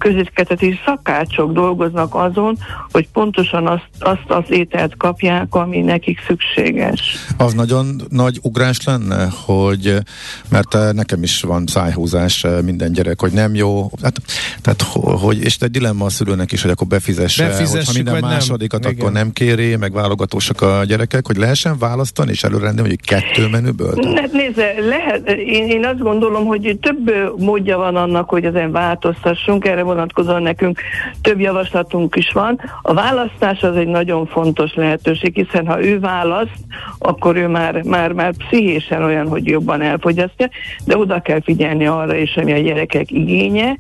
közétkeztetési szakácsok dolgoznak azon, hogy pontosan azt, azt az ételt kapják, ami nekik szükséges. Az nagyon nagy ugrás lenne, hogy, mert nekem is van szájhúzás minden gyerek, hogy nem jó, hát, tehát hogy, és egy dilemma a szülőnek is, hogy akkor befizesse, hogyha minden másodikat nem. Akkor nem kéri, meg válogatósak a gyerekek, hogy lehessen választani és előrendelni, hogy kettő menüből? Hát nézze, lehet, én, én azt gondolom, hogy több módja van annak, hogy ezen változtassunk, erre vonatkozóan nekünk több javaslatunk is van. A választás az egy nagyon fontos lehetőség, hiszen ha ő választ, akkor ő már, már, már pszichésen olyan, hogy jobban elfogyasztja, de oda kell figyelni arra is, ami a gyerekek igénye,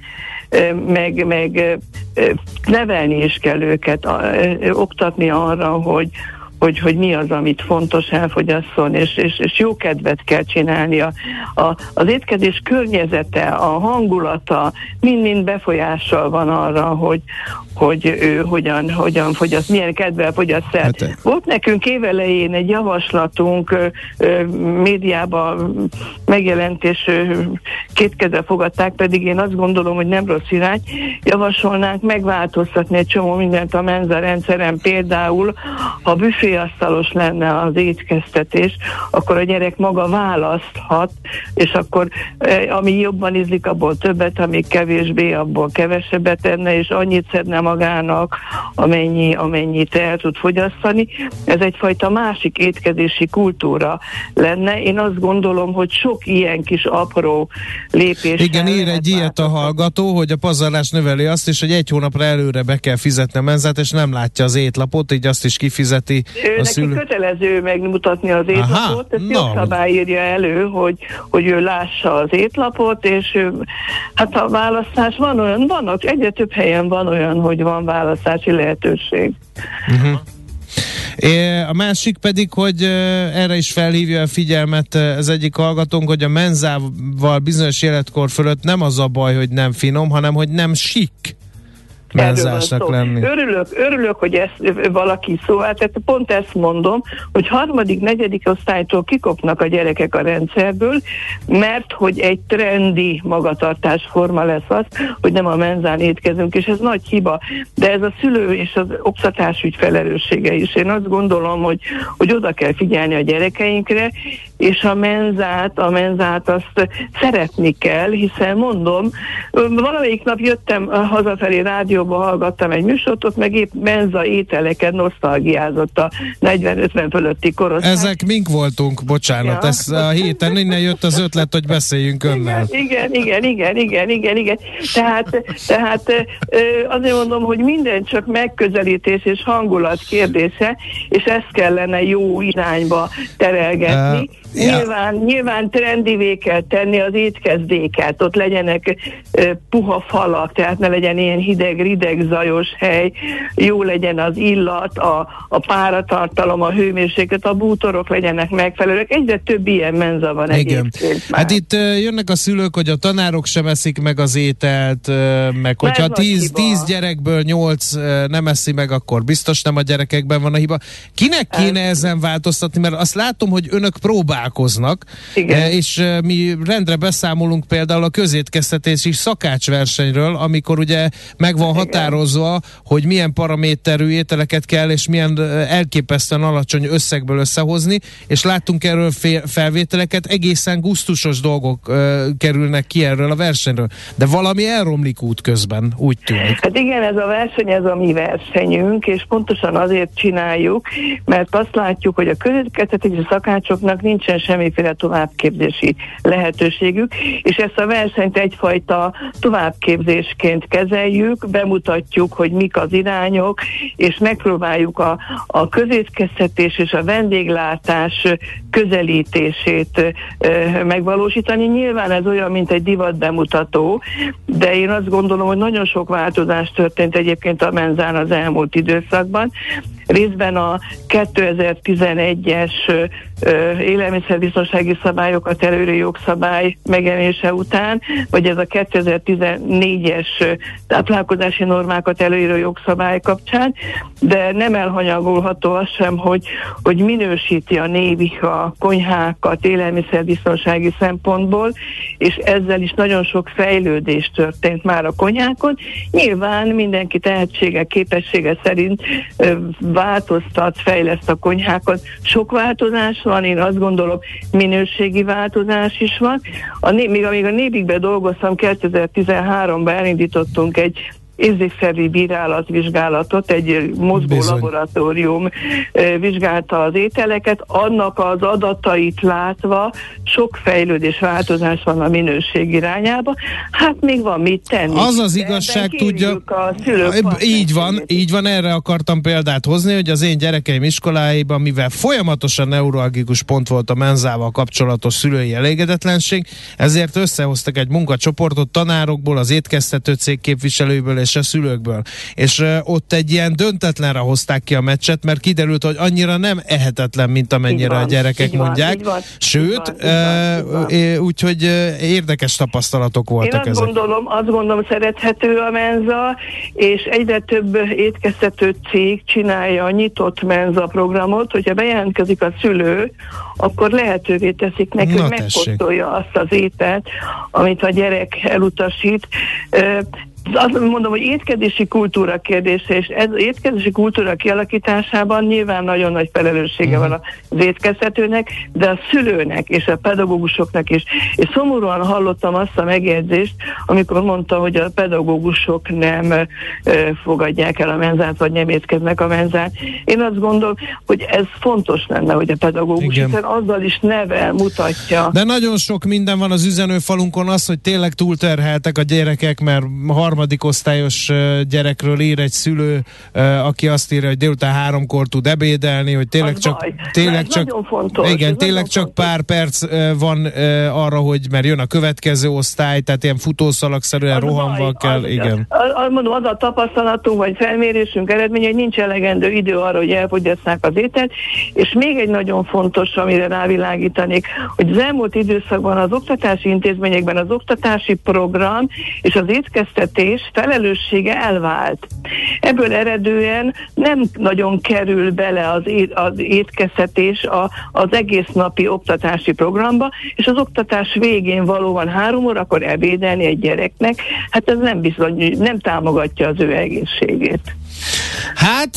meg, meg nevelni is kell őket, oktatni arra, hogy Hogy, hogy mi az, amit fontos elfogyasszon, és, és, és jó kedvet kell csinálni. A, a, az étkezés környezete, a hangulata mind-mind befolyással van arra, hogy, hogy ő hogyan, hogyan fogyaszt, milyen kedvel fogyaszt el. Hát, volt nekünk évelején egy javaslatunk, ö, ö, médiában megjelent, és ö, két kezzel fogadták, pedig én azt gondolom, hogy nem rossz irány. Javasolnánk megváltoztatni egy csomó mindent a menza rendszeren, például ha büféasztalos lenne az étkeztetés, akkor a gyerek maga választhat, és akkor ami jobban ízlik, abból többet, ami kevésbé, abból kevesebbet enne, és annyit szedne magának, amennyi, amennyit el tud fogyasztani. Ez egyfajta másik étkezési kultúra lenne. Én azt gondolom, hogy sok ilyen kis apró lépés. Igen, ír egy ilyet a hallgató, hogy a pazarlás növeli azt is, hogy egy hónapra előre be kell fizetni a menzát, és nem látja az étlapot, így azt is kifizeti. Ő neki szülő... kötelező megmutatni az étlapot, ezt jogszabály írja elő, hogy, hogy ő lássa az étlapot, és ő, hát a választás van olyan, vannak, egyre több helyen van olyan, hogy van választási lehetőség. Uh-huh. É, a másik pedig, hogy erre is felhívja a figyelmet az egyik hallgatónk, hogy a menzával bizonyos életkor fölött nem az a baj, hogy nem finom, hanem hogy nem sik menzásnak lenni. Örülök, örülök, hogy ezt valaki szóval, tehát pont ezt mondom, hogy harmadik, negyedik osztálytól kikopnak a gyerekek a rendszerből, mert hogy egy trendi magatartásforma lesz az, hogy nem a menzán étkezünk, és ez nagy hiba, de ez a szülő és az oktatásügy felelőssége is. Én azt gondolom, hogy, hogy oda kell figyelni a gyerekeinkre, és a menzát, a menzát azt szeretni kell, hiszen mondom, valamelyik nap jöttem hazafelé rádióba, hallgattam egy műsort, ott meg épp menza ételeket nosztalgiázott a negyven-ötven fölötti korosztály. Ezek mink voltunk, bocsánat, ja. Ez a héten innen jött az ötlet, hogy beszéljünk önnel. Igen, igen, igen, igen, igen, igen. Tehát, tehát azért mondom, hogy minden csak megközelítés és hangulat kérdése, és ezt kellene jó irányba terelgetni. Uh. Ja. Nyilván, nyilván trendivé kell tenni az étkezdéket, ott legyenek uh, puha falak, tehát ne legyen ilyen hideg, rideg, zajos hely, jó legyen az illat, a, a páratartalom, a hőmérséklet, a bútorok legyenek megfelelőek. Egyre több ilyen menza van egyébként. Hát itt uh, jönnek a szülők, hogy a tanárok sem eszik meg az ételt, uh, meg hogyha tíz, tíz gyerekből nyolc uh, nem eszi meg, akkor biztos nem a gyerekekben van a hiba. Kinek kéne hát, ezen változtatni? Mert azt látom, hogy önök próbál igen. És mi rendre beszámolunk például a közétkeztetési szakácsversenyről, amikor ugye meg van határozva, hogy milyen paraméterű ételeket kell, és milyen elképesztően alacsony összegből összehozni, és láttunk erről felvételeket, egészen gusztusos dolgok uh, kerülnek ki erről a versenyről. De valami elromlik útközben, úgy tűnik. Hát igen, ez a verseny, ez a mi versenyünk, és pontosan azért csináljuk, mert azt látjuk, hogy a közétkeztetési szakácsoknak nincsen semmiféle továbbképzési lehetőségük, és ezt a versenyt egyfajta továbbképzésként kezeljük, bemutatjuk, hogy mik az irányok, és megpróbáljuk a, a közétkeztetés és a vendéglátás közelítését e, megvalósítani. Nyilván ez olyan, mint egy divat bemutató, de én azt gondolom, hogy nagyon sok változás történt egyébként a menzán az elmúlt időszakban. részben a kétezer-tizenegyes élelmiszerbiztonsági szabályokat előíró jogszabály megjelenése után, vagy ez a kétezer-tizennégyes táplálkozási normákat előíró jogszabály kapcsán, de nem elhanyagolható az sem, hogy, hogy minősíti a névik a konyhákat élelmiszerbiztonsági szempontból, és ezzel is nagyon sok fejlődés történt már a konyhákon. Nyilván mindenki tehetsége, képessége szerint ö, változtat, fejleszt a konyhákat. Sok változás van, én azt gondolom, minőségi változás is van. A, még amíg a Nébikben dolgoztam, kétezer-tizenháromban elindítottunk egy érzékszervi bírálatvizsgálatot, egy mozgó Bizony. laboratórium e, vizsgálta az ételeket, annak az adatait látva sok fejlődés, változás van a minőség irányába. Hát még van mit tenni. Az az igazság, tudja, így van, így van, erre akartam példát hozni, hogy az én gyerekeim iskoláiban, mivel folyamatosan neuralgikus pont volt a menzával kapcsolatos szülői elégedetlenség, ezért összehoztak egy munkacsoportot tanárokból, az étkeztető cég képviselőiből és a szülőkből. És uh, ott egy ilyen döntetlenre hozták ki a meccset, mert kiderült, hogy annyira nem ehetetlen, mint amennyire van, a gyerekek így mondják. Van, Sőt, uh, úgyhogy uh, érdekes tapasztalatok voltak ezek. Én azt ezek. gondolom, azt gondolom szerethető a menza, és egyre több étkeztető cég csinálja a nyitott menza programot, hogyha bejelentkezik a szülő, akkor lehetővé teszik neki, Na, hogy megkóstolja azt az ételt, amit a gyerek elutasít. Uh, Azt mondom, hogy étkezési kultúra kérdése, és ez étkezési kultúra kialakításában nyilván nagyon nagy felelőssége uh-huh. van az étkeztetőnek, de a szülőnek és a pedagógusoknak is. És szomorúan hallottam azt a megjegyzést, amikor mondta, hogy a pedagógusok nem ö, fogadják el a menzát, vagy nem étkeznek a menzát. Én azt gondolom, hogy ez fontos lenne, hogy a pedagógus, Igen. hiszen azzal is nevel, mutatja. De nagyon sok minden van az üzenőfalunkon, az, hogy tényleg túlterheltek a gyerekek, mert harmadik osztályos gyerekről ír egy szülő, aki azt írja, hogy délután háromkor tud ebédelni, hogy tényleg az csak, baj. tényleg csak, fontos, igen, tényleg csak fontos. pár perc van arra, hogy mert jön a következő osztály, tehát ilyen futószalagszerűen rohanva kell, az, igen. Az, az, mondom, az a tapasztalatunk, vagy felmérésünk eredménye, hogy nincs elegendő idő arra, hogy elfogyasszák az ételt, és még egy nagyon fontos, amire rávilágítanék, hogy az elmúlt időszakban az oktatási intézményekben az oktatási program és az étkeztetés felelőssége elvált. Ebből eredően nem nagyon kerül bele az, é- az étkeztetés a, az egész napi oktatási programba, és az oktatás végén valóban három órakor ebédelni egy gyereknek, hát ez nem bizony, nem támogatja az ő egészségét. Hát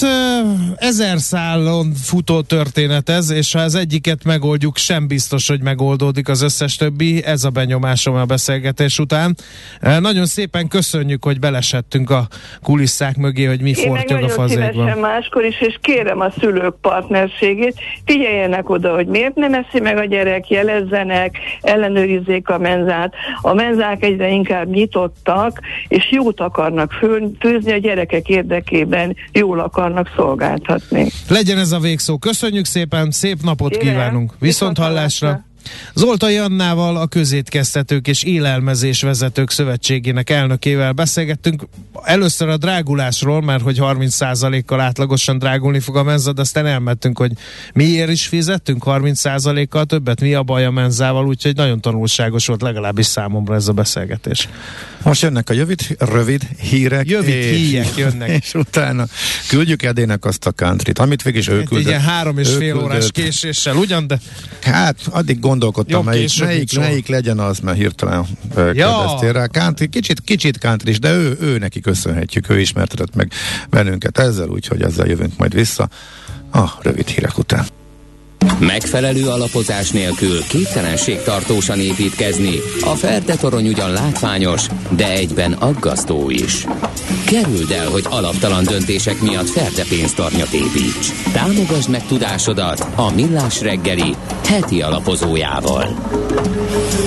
ezer szálon futó történet ez, és ha az egyiket megoldjuk, sem biztos, hogy megoldódik az összes többi. Ez a benyomásom a beszélgetés után. Nagyon szépen köszönjük, hogy belesettünk a kulisszák mögé, hogy mi fortyog a fazékban. Én nagyon szívesen máskor is, és kérem a szülők partnerségét, figyeljenek oda, hogy miért nem eszi meg a gyerek, jelezzenek, ellenőrizzék a menzát. A menzák egyre inkább nyitottak, és jót akarnak főzni a gyerekek érdekében, jól akarnak szolgáltatni. Legyen ez a végszó. Köszönjük szépen, szép napot Kérem. kívánunk. Viszont hallásra. Zoltai Annával, a Közétkeztetők és Élelmezés Vezetők Szövetségének elnökével beszélgettünk. Először a drágulásról, mert hogy harminc százalékkal átlagosan drágulni fog a menza, de aztán elmentünk, hogy miért is fizettünk harminc százalékkal többet, mi a baj a menzával, úgyhogy nagyon tanulságos volt legalábbis számomra ez a beszélgetés. Most jönnek a rövid, rövid hírek. Rövid hírek jönnek. És utána küldjük Edének azt a countryt, amit végig is ő hát küldött. Igen, három és fél órás késéssel, ugyan, de... Hát, addig gondolkodtam, melyik, melyik, melyik legyen az, mert hirtelen uh, kérdeztél rá. Country, kicsit, kicsit country is, de ő, ő neki köszönhetjük, ő ismertetett meg bennünket ezzel, úgyhogy ezzel jövünk majd vissza a rövid hírek után. Megfelelő alapozás nélkül képtelenség tartósan építkezni. A Ferde torony ugyan látványos, de egyben aggasztó is. Kerüld el, hogy alaptalan döntések miatt Ferde pénztarnyat építs. Támogasd meg tudásodat a Millás reggeli heti alapozójával.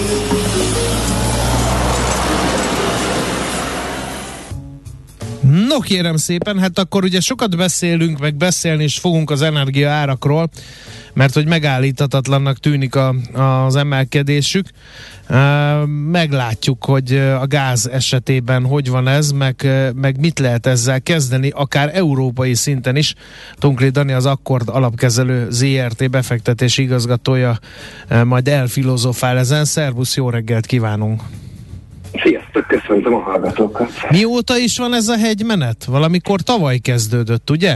No Jó, kérem szépen, hát akkor ugye sokat beszélünk, meg beszélni is fogunk az energia árakról, mert hogy megállíthatatlannak tűnik a, az emelkedésük. Meglátjuk, hogy a gáz esetében hogy van ez, meg, meg mit lehet ezzel kezdeni, akár európai szinten is. Tunkli Dani, az Akkord alapkezelő zé er té befektetési igazgatója majd elfilozofál ezen. Szervusz, jó reggelt kívánunk! Sziasztok, köszöntöm a hallgatókat! Mióta is van ez a hegymenet? Valamikor tavaly kezdődött, ugye?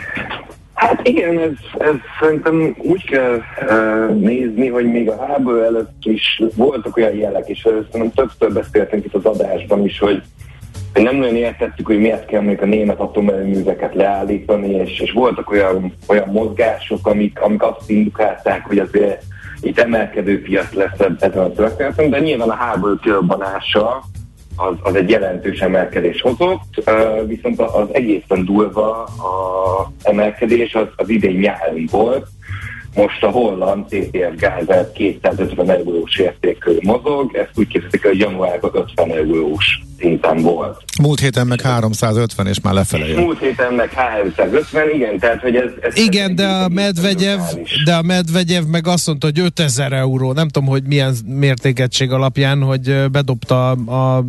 Hát igen, ez, ez szerintem úgy kell uh, nézni, hogy még a háború előtt is voltak olyan jelek, és szerintem többször beszéltünk itt az adásban is, hogy nem nagyon értettük, hogy miért kell még a német atomerőműveket leállítani, és, és voltak olyan, olyan mozgások, amik, amik azt indukálták, hogy azért itt emelkedő piac lesz ezen a történeten, de nyilván a háború kirobbanása az, az egy jelentős emelkedés hozott, uh, viszont az egészen durva a emelkedés az, az idén nyáron volt. Most a holland té té ef gáz kétszázötven eurós értékű mozog, ezt úgy képzelik, hogy januárban ötven eurós szinten volt. Múlt héten meg háromszázötven, és már lefele jön. Múlt héten meg háromszázötven, igen, tehát hogy ez... ez igen, de a Medvegyev, de a Medvegyev meg azt mondta, hogy ötezer euró, nem tudom, hogy milyen mértékegység alapján, hogy bedobta, a,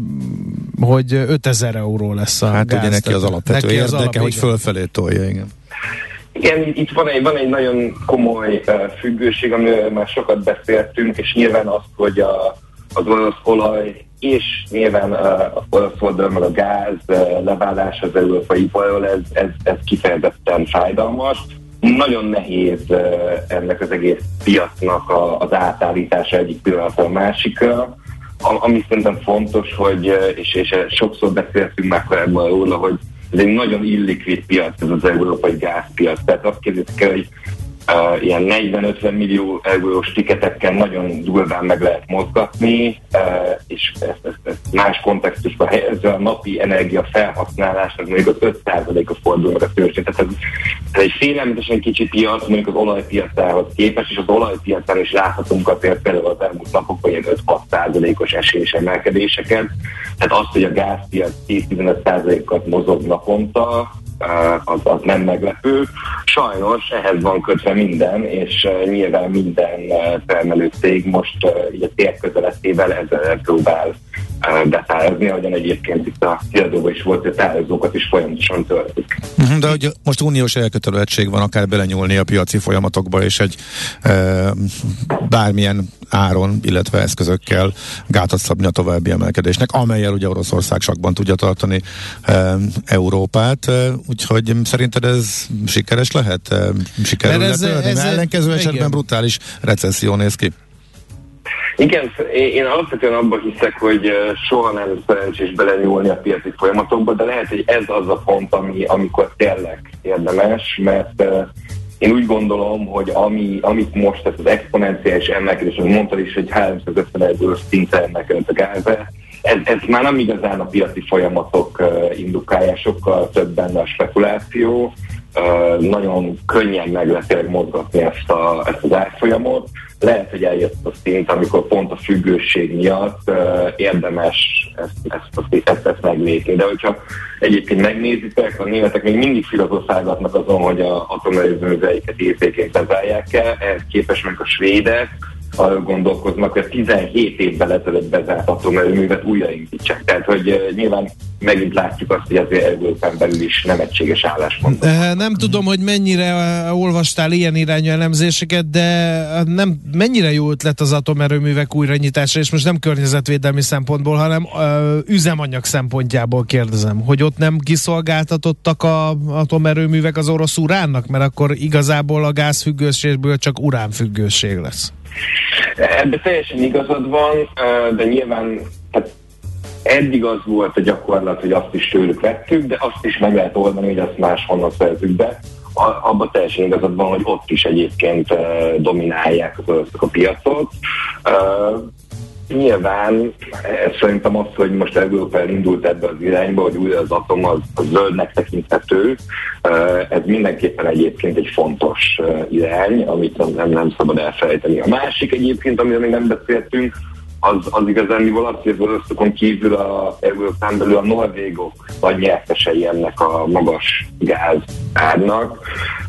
hogy ötezer euró lesz a hát gáz. Hát ugye neki az alapvető neki az érdeke, alap, hogy fölfelé tolja, igen. Igen, itt van egy, van egy nagyon komoly uh, függőség, amiről már sokat beszéltünk, és nyilván azt, hogy a, az orosz olaj és nyilván uh, az orosz oldalon a gáz uh, leválás az európai iparról, ez, ez, ez kifejezetten fájdalmas. Nagyon nehéz uh, ennek az egész piacnak a, az átállítása egyik pillanatra a másikra. Ami szerintem fontos, hogy, és, és sokszor beszéltünk már korábban róla, hogy ez egy nagyon illikvid piac, ez az európai gázpiac. Tehát azt kérdezik el, hogy uh, ilyen negyven-ötven millió eurós tiketekkel nagyon durván meg lehet mozgatni, uh, és ezt, ezt, ezt más kontextusban helyezve a napi energia felhasználásnak mondjuk az öt százaléka fordul meg a tőzsdén. Tehát ez, ez egy félelmetesen kicsi piac, mondjuk az olajpiacához képest, és az olajpiacán is láthatunk azért például az elmúlt napokban ilyen öt-hat százalékos esélyes emelkedéseket. Tehát az, hogy a gázpiac tíz-tizenöt százalékat mozog naponta, az, az nem meglepő. Sajnos ehhez van kötve minden, és uh, nyilván minden uh, termelő cég most uh, így a tér közeletével ezzel próbál uh, betározni, ahogyan egyébként itt a kiadóban is volt, hogy a tározókat is folyamatosan töltik. Uh-huh, de hogy most uniós elkötelezettség van akár belenyúlni a piaci folyamatokba, és egy uh, bármilyen áron, illetve eszközökkel gátat szabni a további emelkedésnek, amellyel ugye Oroszország sakban tudja tartani uh, Európát. Uh, úgyhogy szerinted ez sikeres lehet? Uh, sikerül ez, letörni? ez, ellenkező esetben igen. Brutális recesszió néz ki. Igen, én alapvetően abban hiszek, hogy soha nem szerencsés belenyúlni a piaci folyamatokba, de lehet, hogy ez az a pont, ami, amikor tényleg érdemes, mert én úgy gondolom, hogy ami, amit most, ez az exponenciális emelkedés, amit mondtad is, hogy háromszázötven eurós szintre emelkedett a gáz, ez, ez már nem igazán a piaci folyamatok uh, indukálják, sokkal több benne a spekuláció, uh, nagyon könnyen meg lehet tényleg mozgatni ezt, a, ezt az árfolyamot. Lehet, hogy eljött a szint, amikor pont a függőség miatt uh, érdemes ezt, ezt, ezt, ezt, ezt meglépni. De hogyha egyébként megnézitek, a németek még mindig filozofálgatnak azon, hogy az atomerőműveiket értékén bezárják el, ehhez képest meg a svédek arra gondolkoznak, hogy tizenhét évvel ezelőtt bezárt atomerőművet újraindítsák. Tehát, hogy uh, nyilván megint látjuk azt, hogy azért Európán belül is nem egységes álláspont. Nem tudom, hogy mennyire olvastál ilyen irányú elemzéseket, de nem, mennyire jó ötlet az atomerőművek újranyitása, és most nem környezetvédelmi szempontból, hanem ö, üzemanyag szempontjából kérdezem, hogy ott nem kiszolgáltatottak az atomerőművek az orosz uránnak, mert akkor igazából a gázfüggőségből csak uránfüggőség lesz. Ebben teljesen igazad van, de nyilván hát eddig az volt a gyakorlat, hogy azt is tőlük vettük, de azt is meg lehet oldani, hogy azt máshonnan szerzük be. Abban teljesen igazad van, hogy ott is egyébként dominálják az oroszok a piacot. Nyilván ez szerintem az, hogy most Európa elindult ebbe az irányba, hogy újra az atom az, az zöldnek tekinthető, ez mindenképpen egyébként egy fontos irány, amit nem, nem szabad elfelejteni. A másik egyébként, amiről még nem beszéltünk, az, az igazániból azt, hogy az oroszokon kívül a Európán belül a norvégok nagy nyertesei ennek a magas gáz árnak.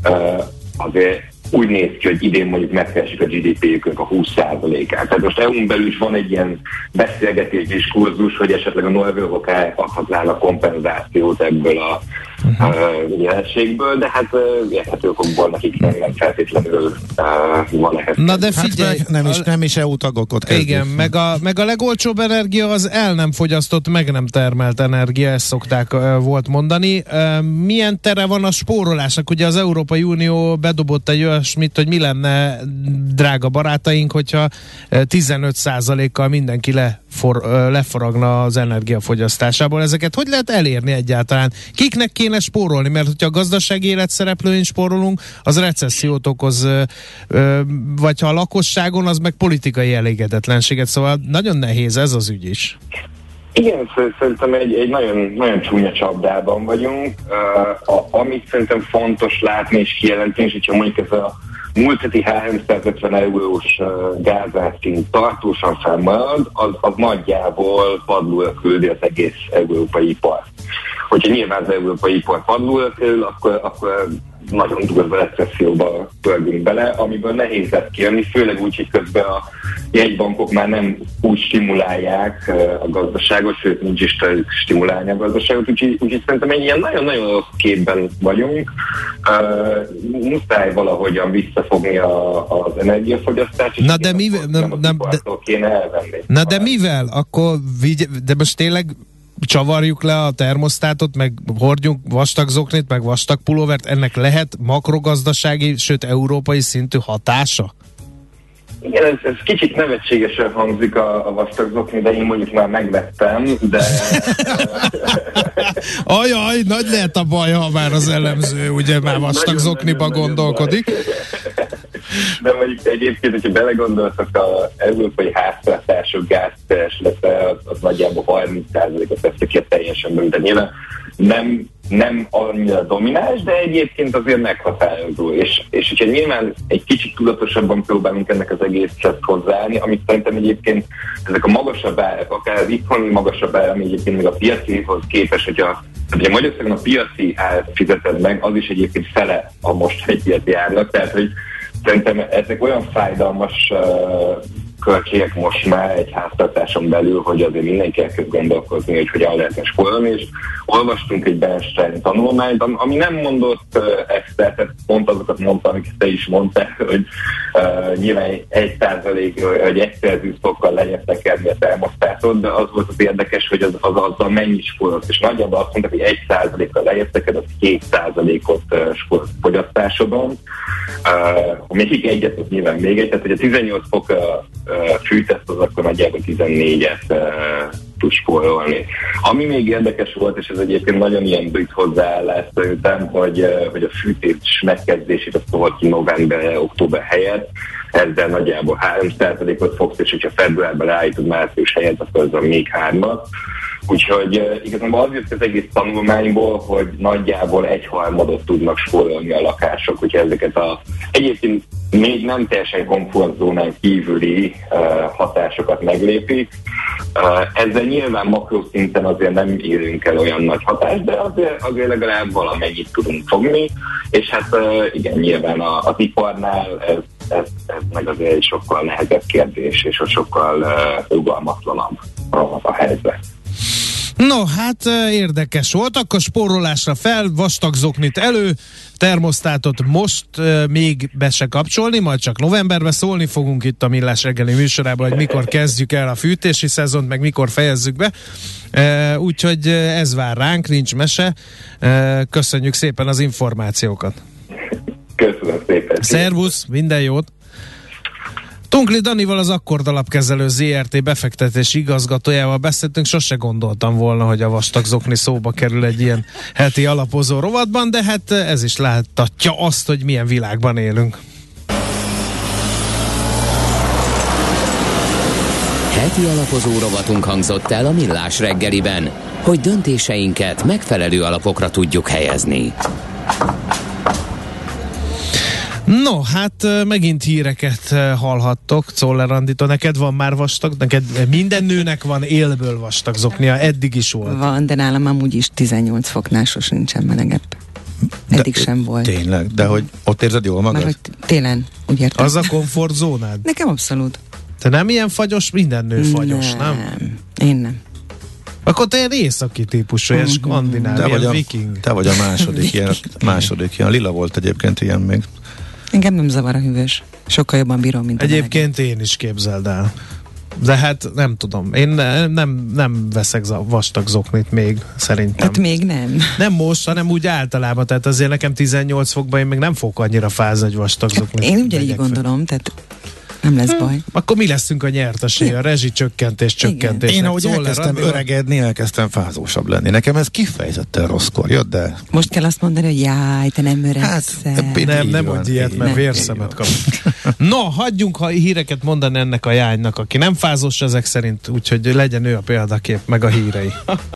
Azért úgy néz ki, hogy idén mondjuk megkeresik a gé dé pé-jüknek a húsz százalékát. Tehát most é u-n belül is van egy ilyen beszélgetés diskurzus, hogy esetleg a norvégok adhatnának kompenzációt ebből a uh-huh. jelenségből, de hát uh, érthető okokból nekik nem, nem feltétlenül uh, van ehhez. Na de figyelj, hát nem, is, nem is é u tagok ott kezdik. Igen, meg a, meg a legolcsóbb energia az el nem fogyasztott, meg nem termelt energia, ezt szokták uh, volt mondani. Uh, milyen tere van a spórolásnak? Ugye az Európai Unió bedobott egy olyasmit, hogy mi lenne, drága barátaink, hogyha tizenöt százalékkal mindenki lefor, leforagna az energiafogyasztásából. Ezeket hogy lehet elérni egyáltalán? Kiknek kéne spórolni? Mert hogyha a gazdasági élet szereplőin spórolunk, az recessziót okoz, vagy ha a lakosságon, az meg politikai elégedetlenséget. Szóval nagyon nehéz ez az ügy is. Igen, szerintem egy, egy nagyon, nagyon csúnya csapdában vagyunk. Uh, a, amit szerintem fontos látni és kijelenteni, és hogyha mondjuk ez a múlt heti háromszázötven eurós uh, gázárszint tartósan fennmarad, az, az nagyjából padlóra küldi az egész európai ipart. Hogyha nyilván az európai ipar padlóra kerül, akkor, akkor nagyon durva recesszióba pörgünk bele, amiből nehéz lesz kijönni, főleg úgy, hogy közben a jegybankok már nem úgy stimulálják a gazdaságot, sőt nincs is stimulálni a gazdaságot, úgyhogy, úgyhogy szerintem egy ilyen nagyon-nagyon rossz képben vagyunk. Uh, muszáj valahogyan visszafogni a, az energiafogyasztást. Na de mivel? Na, na, de, kéne elvenni. Na de mivel? Akkor vigy, de most tényleg csavarjuk le a termosztátot, meg hordjunk vastag zoknit, meg vastag pulóvert, ennek lehet makrogazdasági, sőt európai szintű hatása? Igen, ez, ez kicsit nevetségesen hangzik a, a vastag zokni, de én mondjuk már megvettem, de... Ajaj, nagy lehet a baj, ha már az elemző ugye már vastag zokniba gondolkodik. De mondjuk egyébként, hogyha belegondoltak, az európai háztartások gázkereslete, az, az nagyjából harminc százalékot vesz ki a teljesen belül. Tehát nyilván nem, nem annyira domináns, de egyébként azért meghatározó. És, és hogyha nyilván egy kicsit tudatosabban próbálunk ennek az egészet hozzáállni, amit szerintem egyébként ezek a magasabb árak, akár az itthoni magasabb árak, ami egyébként még a piacihoz képes, hogyha ugye Magyarországon a piaci árat fizeted meg, az is egyébként fele a most egy piaci árnak, tehát hogy szerintem ezek olyan fájdalmas uh, költségek most már egy háztartáson belül, hogy azért mindenki elkezd gondolkozni, hogy hogyan lehetne spórolni, és olvastunk egy Bernstein tanulmányt, ami nem mondott uh, extra, tehát pont azokat mondta, amiket te is mondtál, hogy uh, nyilván egy százalék, vagy egy Celsius-fokkal lejjebb tekerni a termosztátot, de az volt az érdekes, hogy az, az azzal mennyi spórolt, és nagyjából azt mondták, hogy egy százalékkal lejjebb teked, az két százalékot uh, spórolt fogyasztásodon. Uh, még egyet, az nyilván még egy, tehát hogy a tizennyolc fokra uh, fűtesz, az akkor nagyjából tizennégyet uh, tud spórolni. Ami még érdekes volt, és ez egyébként nagyon ilyen brit hozzáállás szerintem, hogy, uh, hogy a fűtés megkezdését azt tovább ki november, október helyett, ezzel nagyjából három százalékot fogsz, és hogyha februárban ráállítod március helyett, akkor az a még hármat. Úgyhogy uh, igazából az jött az egész tanulmányból, hogy nagyjából egyharmadot tudnak spórolni a lakások, hogyha ezeket a egyébként még nem teljesen komfortzónán kívüli uh, hatásokat meglépik. Uh, ezzel nyilván makroszinten azért nem érünk el olyan nagy hatást, de azért, azért legalább valamennyit tudunk fogni, és hát uh, igen, nyilván a, az iparnál ez, ez, ez meg azért egy sokkal nehezebb kérdés, és ott sokkal uh, rugalmatlanabb a, a helyzet. No, hát érdekes volt, akkor spórolásra fel, vastag zoknit elő, termosztátot most uh, még be se kapcsolni, majd csak novemberben szólni fogunk itt a Millás reggeli műsorában, hogy mikor kezdjük el a fűtési szezont, meg mikor fejezzük be. Uh, úgyhogy ez vár ránk, nincs mese. Uh, köszönjük szépen az információkat. Köszönöm szépen. Szervusz, minden jót! Tunkli Danival, az Akkord Alapkezelő zé er té befektetési igazgatójával beszéltünk, sose gondoltam volna, hogy a vastag zokni szóba kerül egy ilyen heti alapozó rovatban, de hát ez is láthatja azt, hogy milyen világban élünk. Heti alapozó rovatunk hangzott el a Millás reggeliben, hogy döntéseinket megfelelő alapokra tudjuk helyezni. No, hát megint híreket hallhattok Czoller Anditól. Neked van már vastag? Neked minden nőnek van élből vastag zoknia, eddig is volt. Van, de nálam amúgy is tizennyolc foknál sos nincsen melegebb. Eddig de, sem volt. Tényleg, de hogy ott érzed jól magad? Már hogy télen, úgy értem. Az a komfortzónád? Nekem abszolút. Te nem ilyen fagyos? Minden nő fagyos, nem? Nem, én nem. Akkor te ilyen északi típusú, ilyen skandináv, ilyen a, viking. Te vagy a második, ilyen, második ilyen. Lila volt egyébként ilyen még. Engem nem zavar a hűvös. Sokkal jobban bírom, mint egyébként a én is, képzeld el. De hát nem tudom. Én nem, nem, nem veszek vastag zoknit még, szerintem. Hát még nem. Nem most, hanem úgy általában. Tehát azért nekem tizennyolc fokban én még nem fogok annyira fázni, hogy vastag zoknit. Hát én ugyanígy gondolom, tehát nem lesz baj. Hmm. Akkor mi leszünk a nyertesé? A rezsicsökkentés, csökkentés. Én ahogy elkezdtem öregedni, elkezdtem fázósabb lenni. Nekem ez kifejezetten rosszkor jött, de... Most kell azt mondani, hogy jáj, te nem öregszel. Hát, nem, nem mondj ilyet, mert vérszemet kap. No, hagyjunk ha híreket mondani ennek a jánynak, aki nem fázós ezek szerint, úgyhogy legyen ő a példakép, meg a hírei.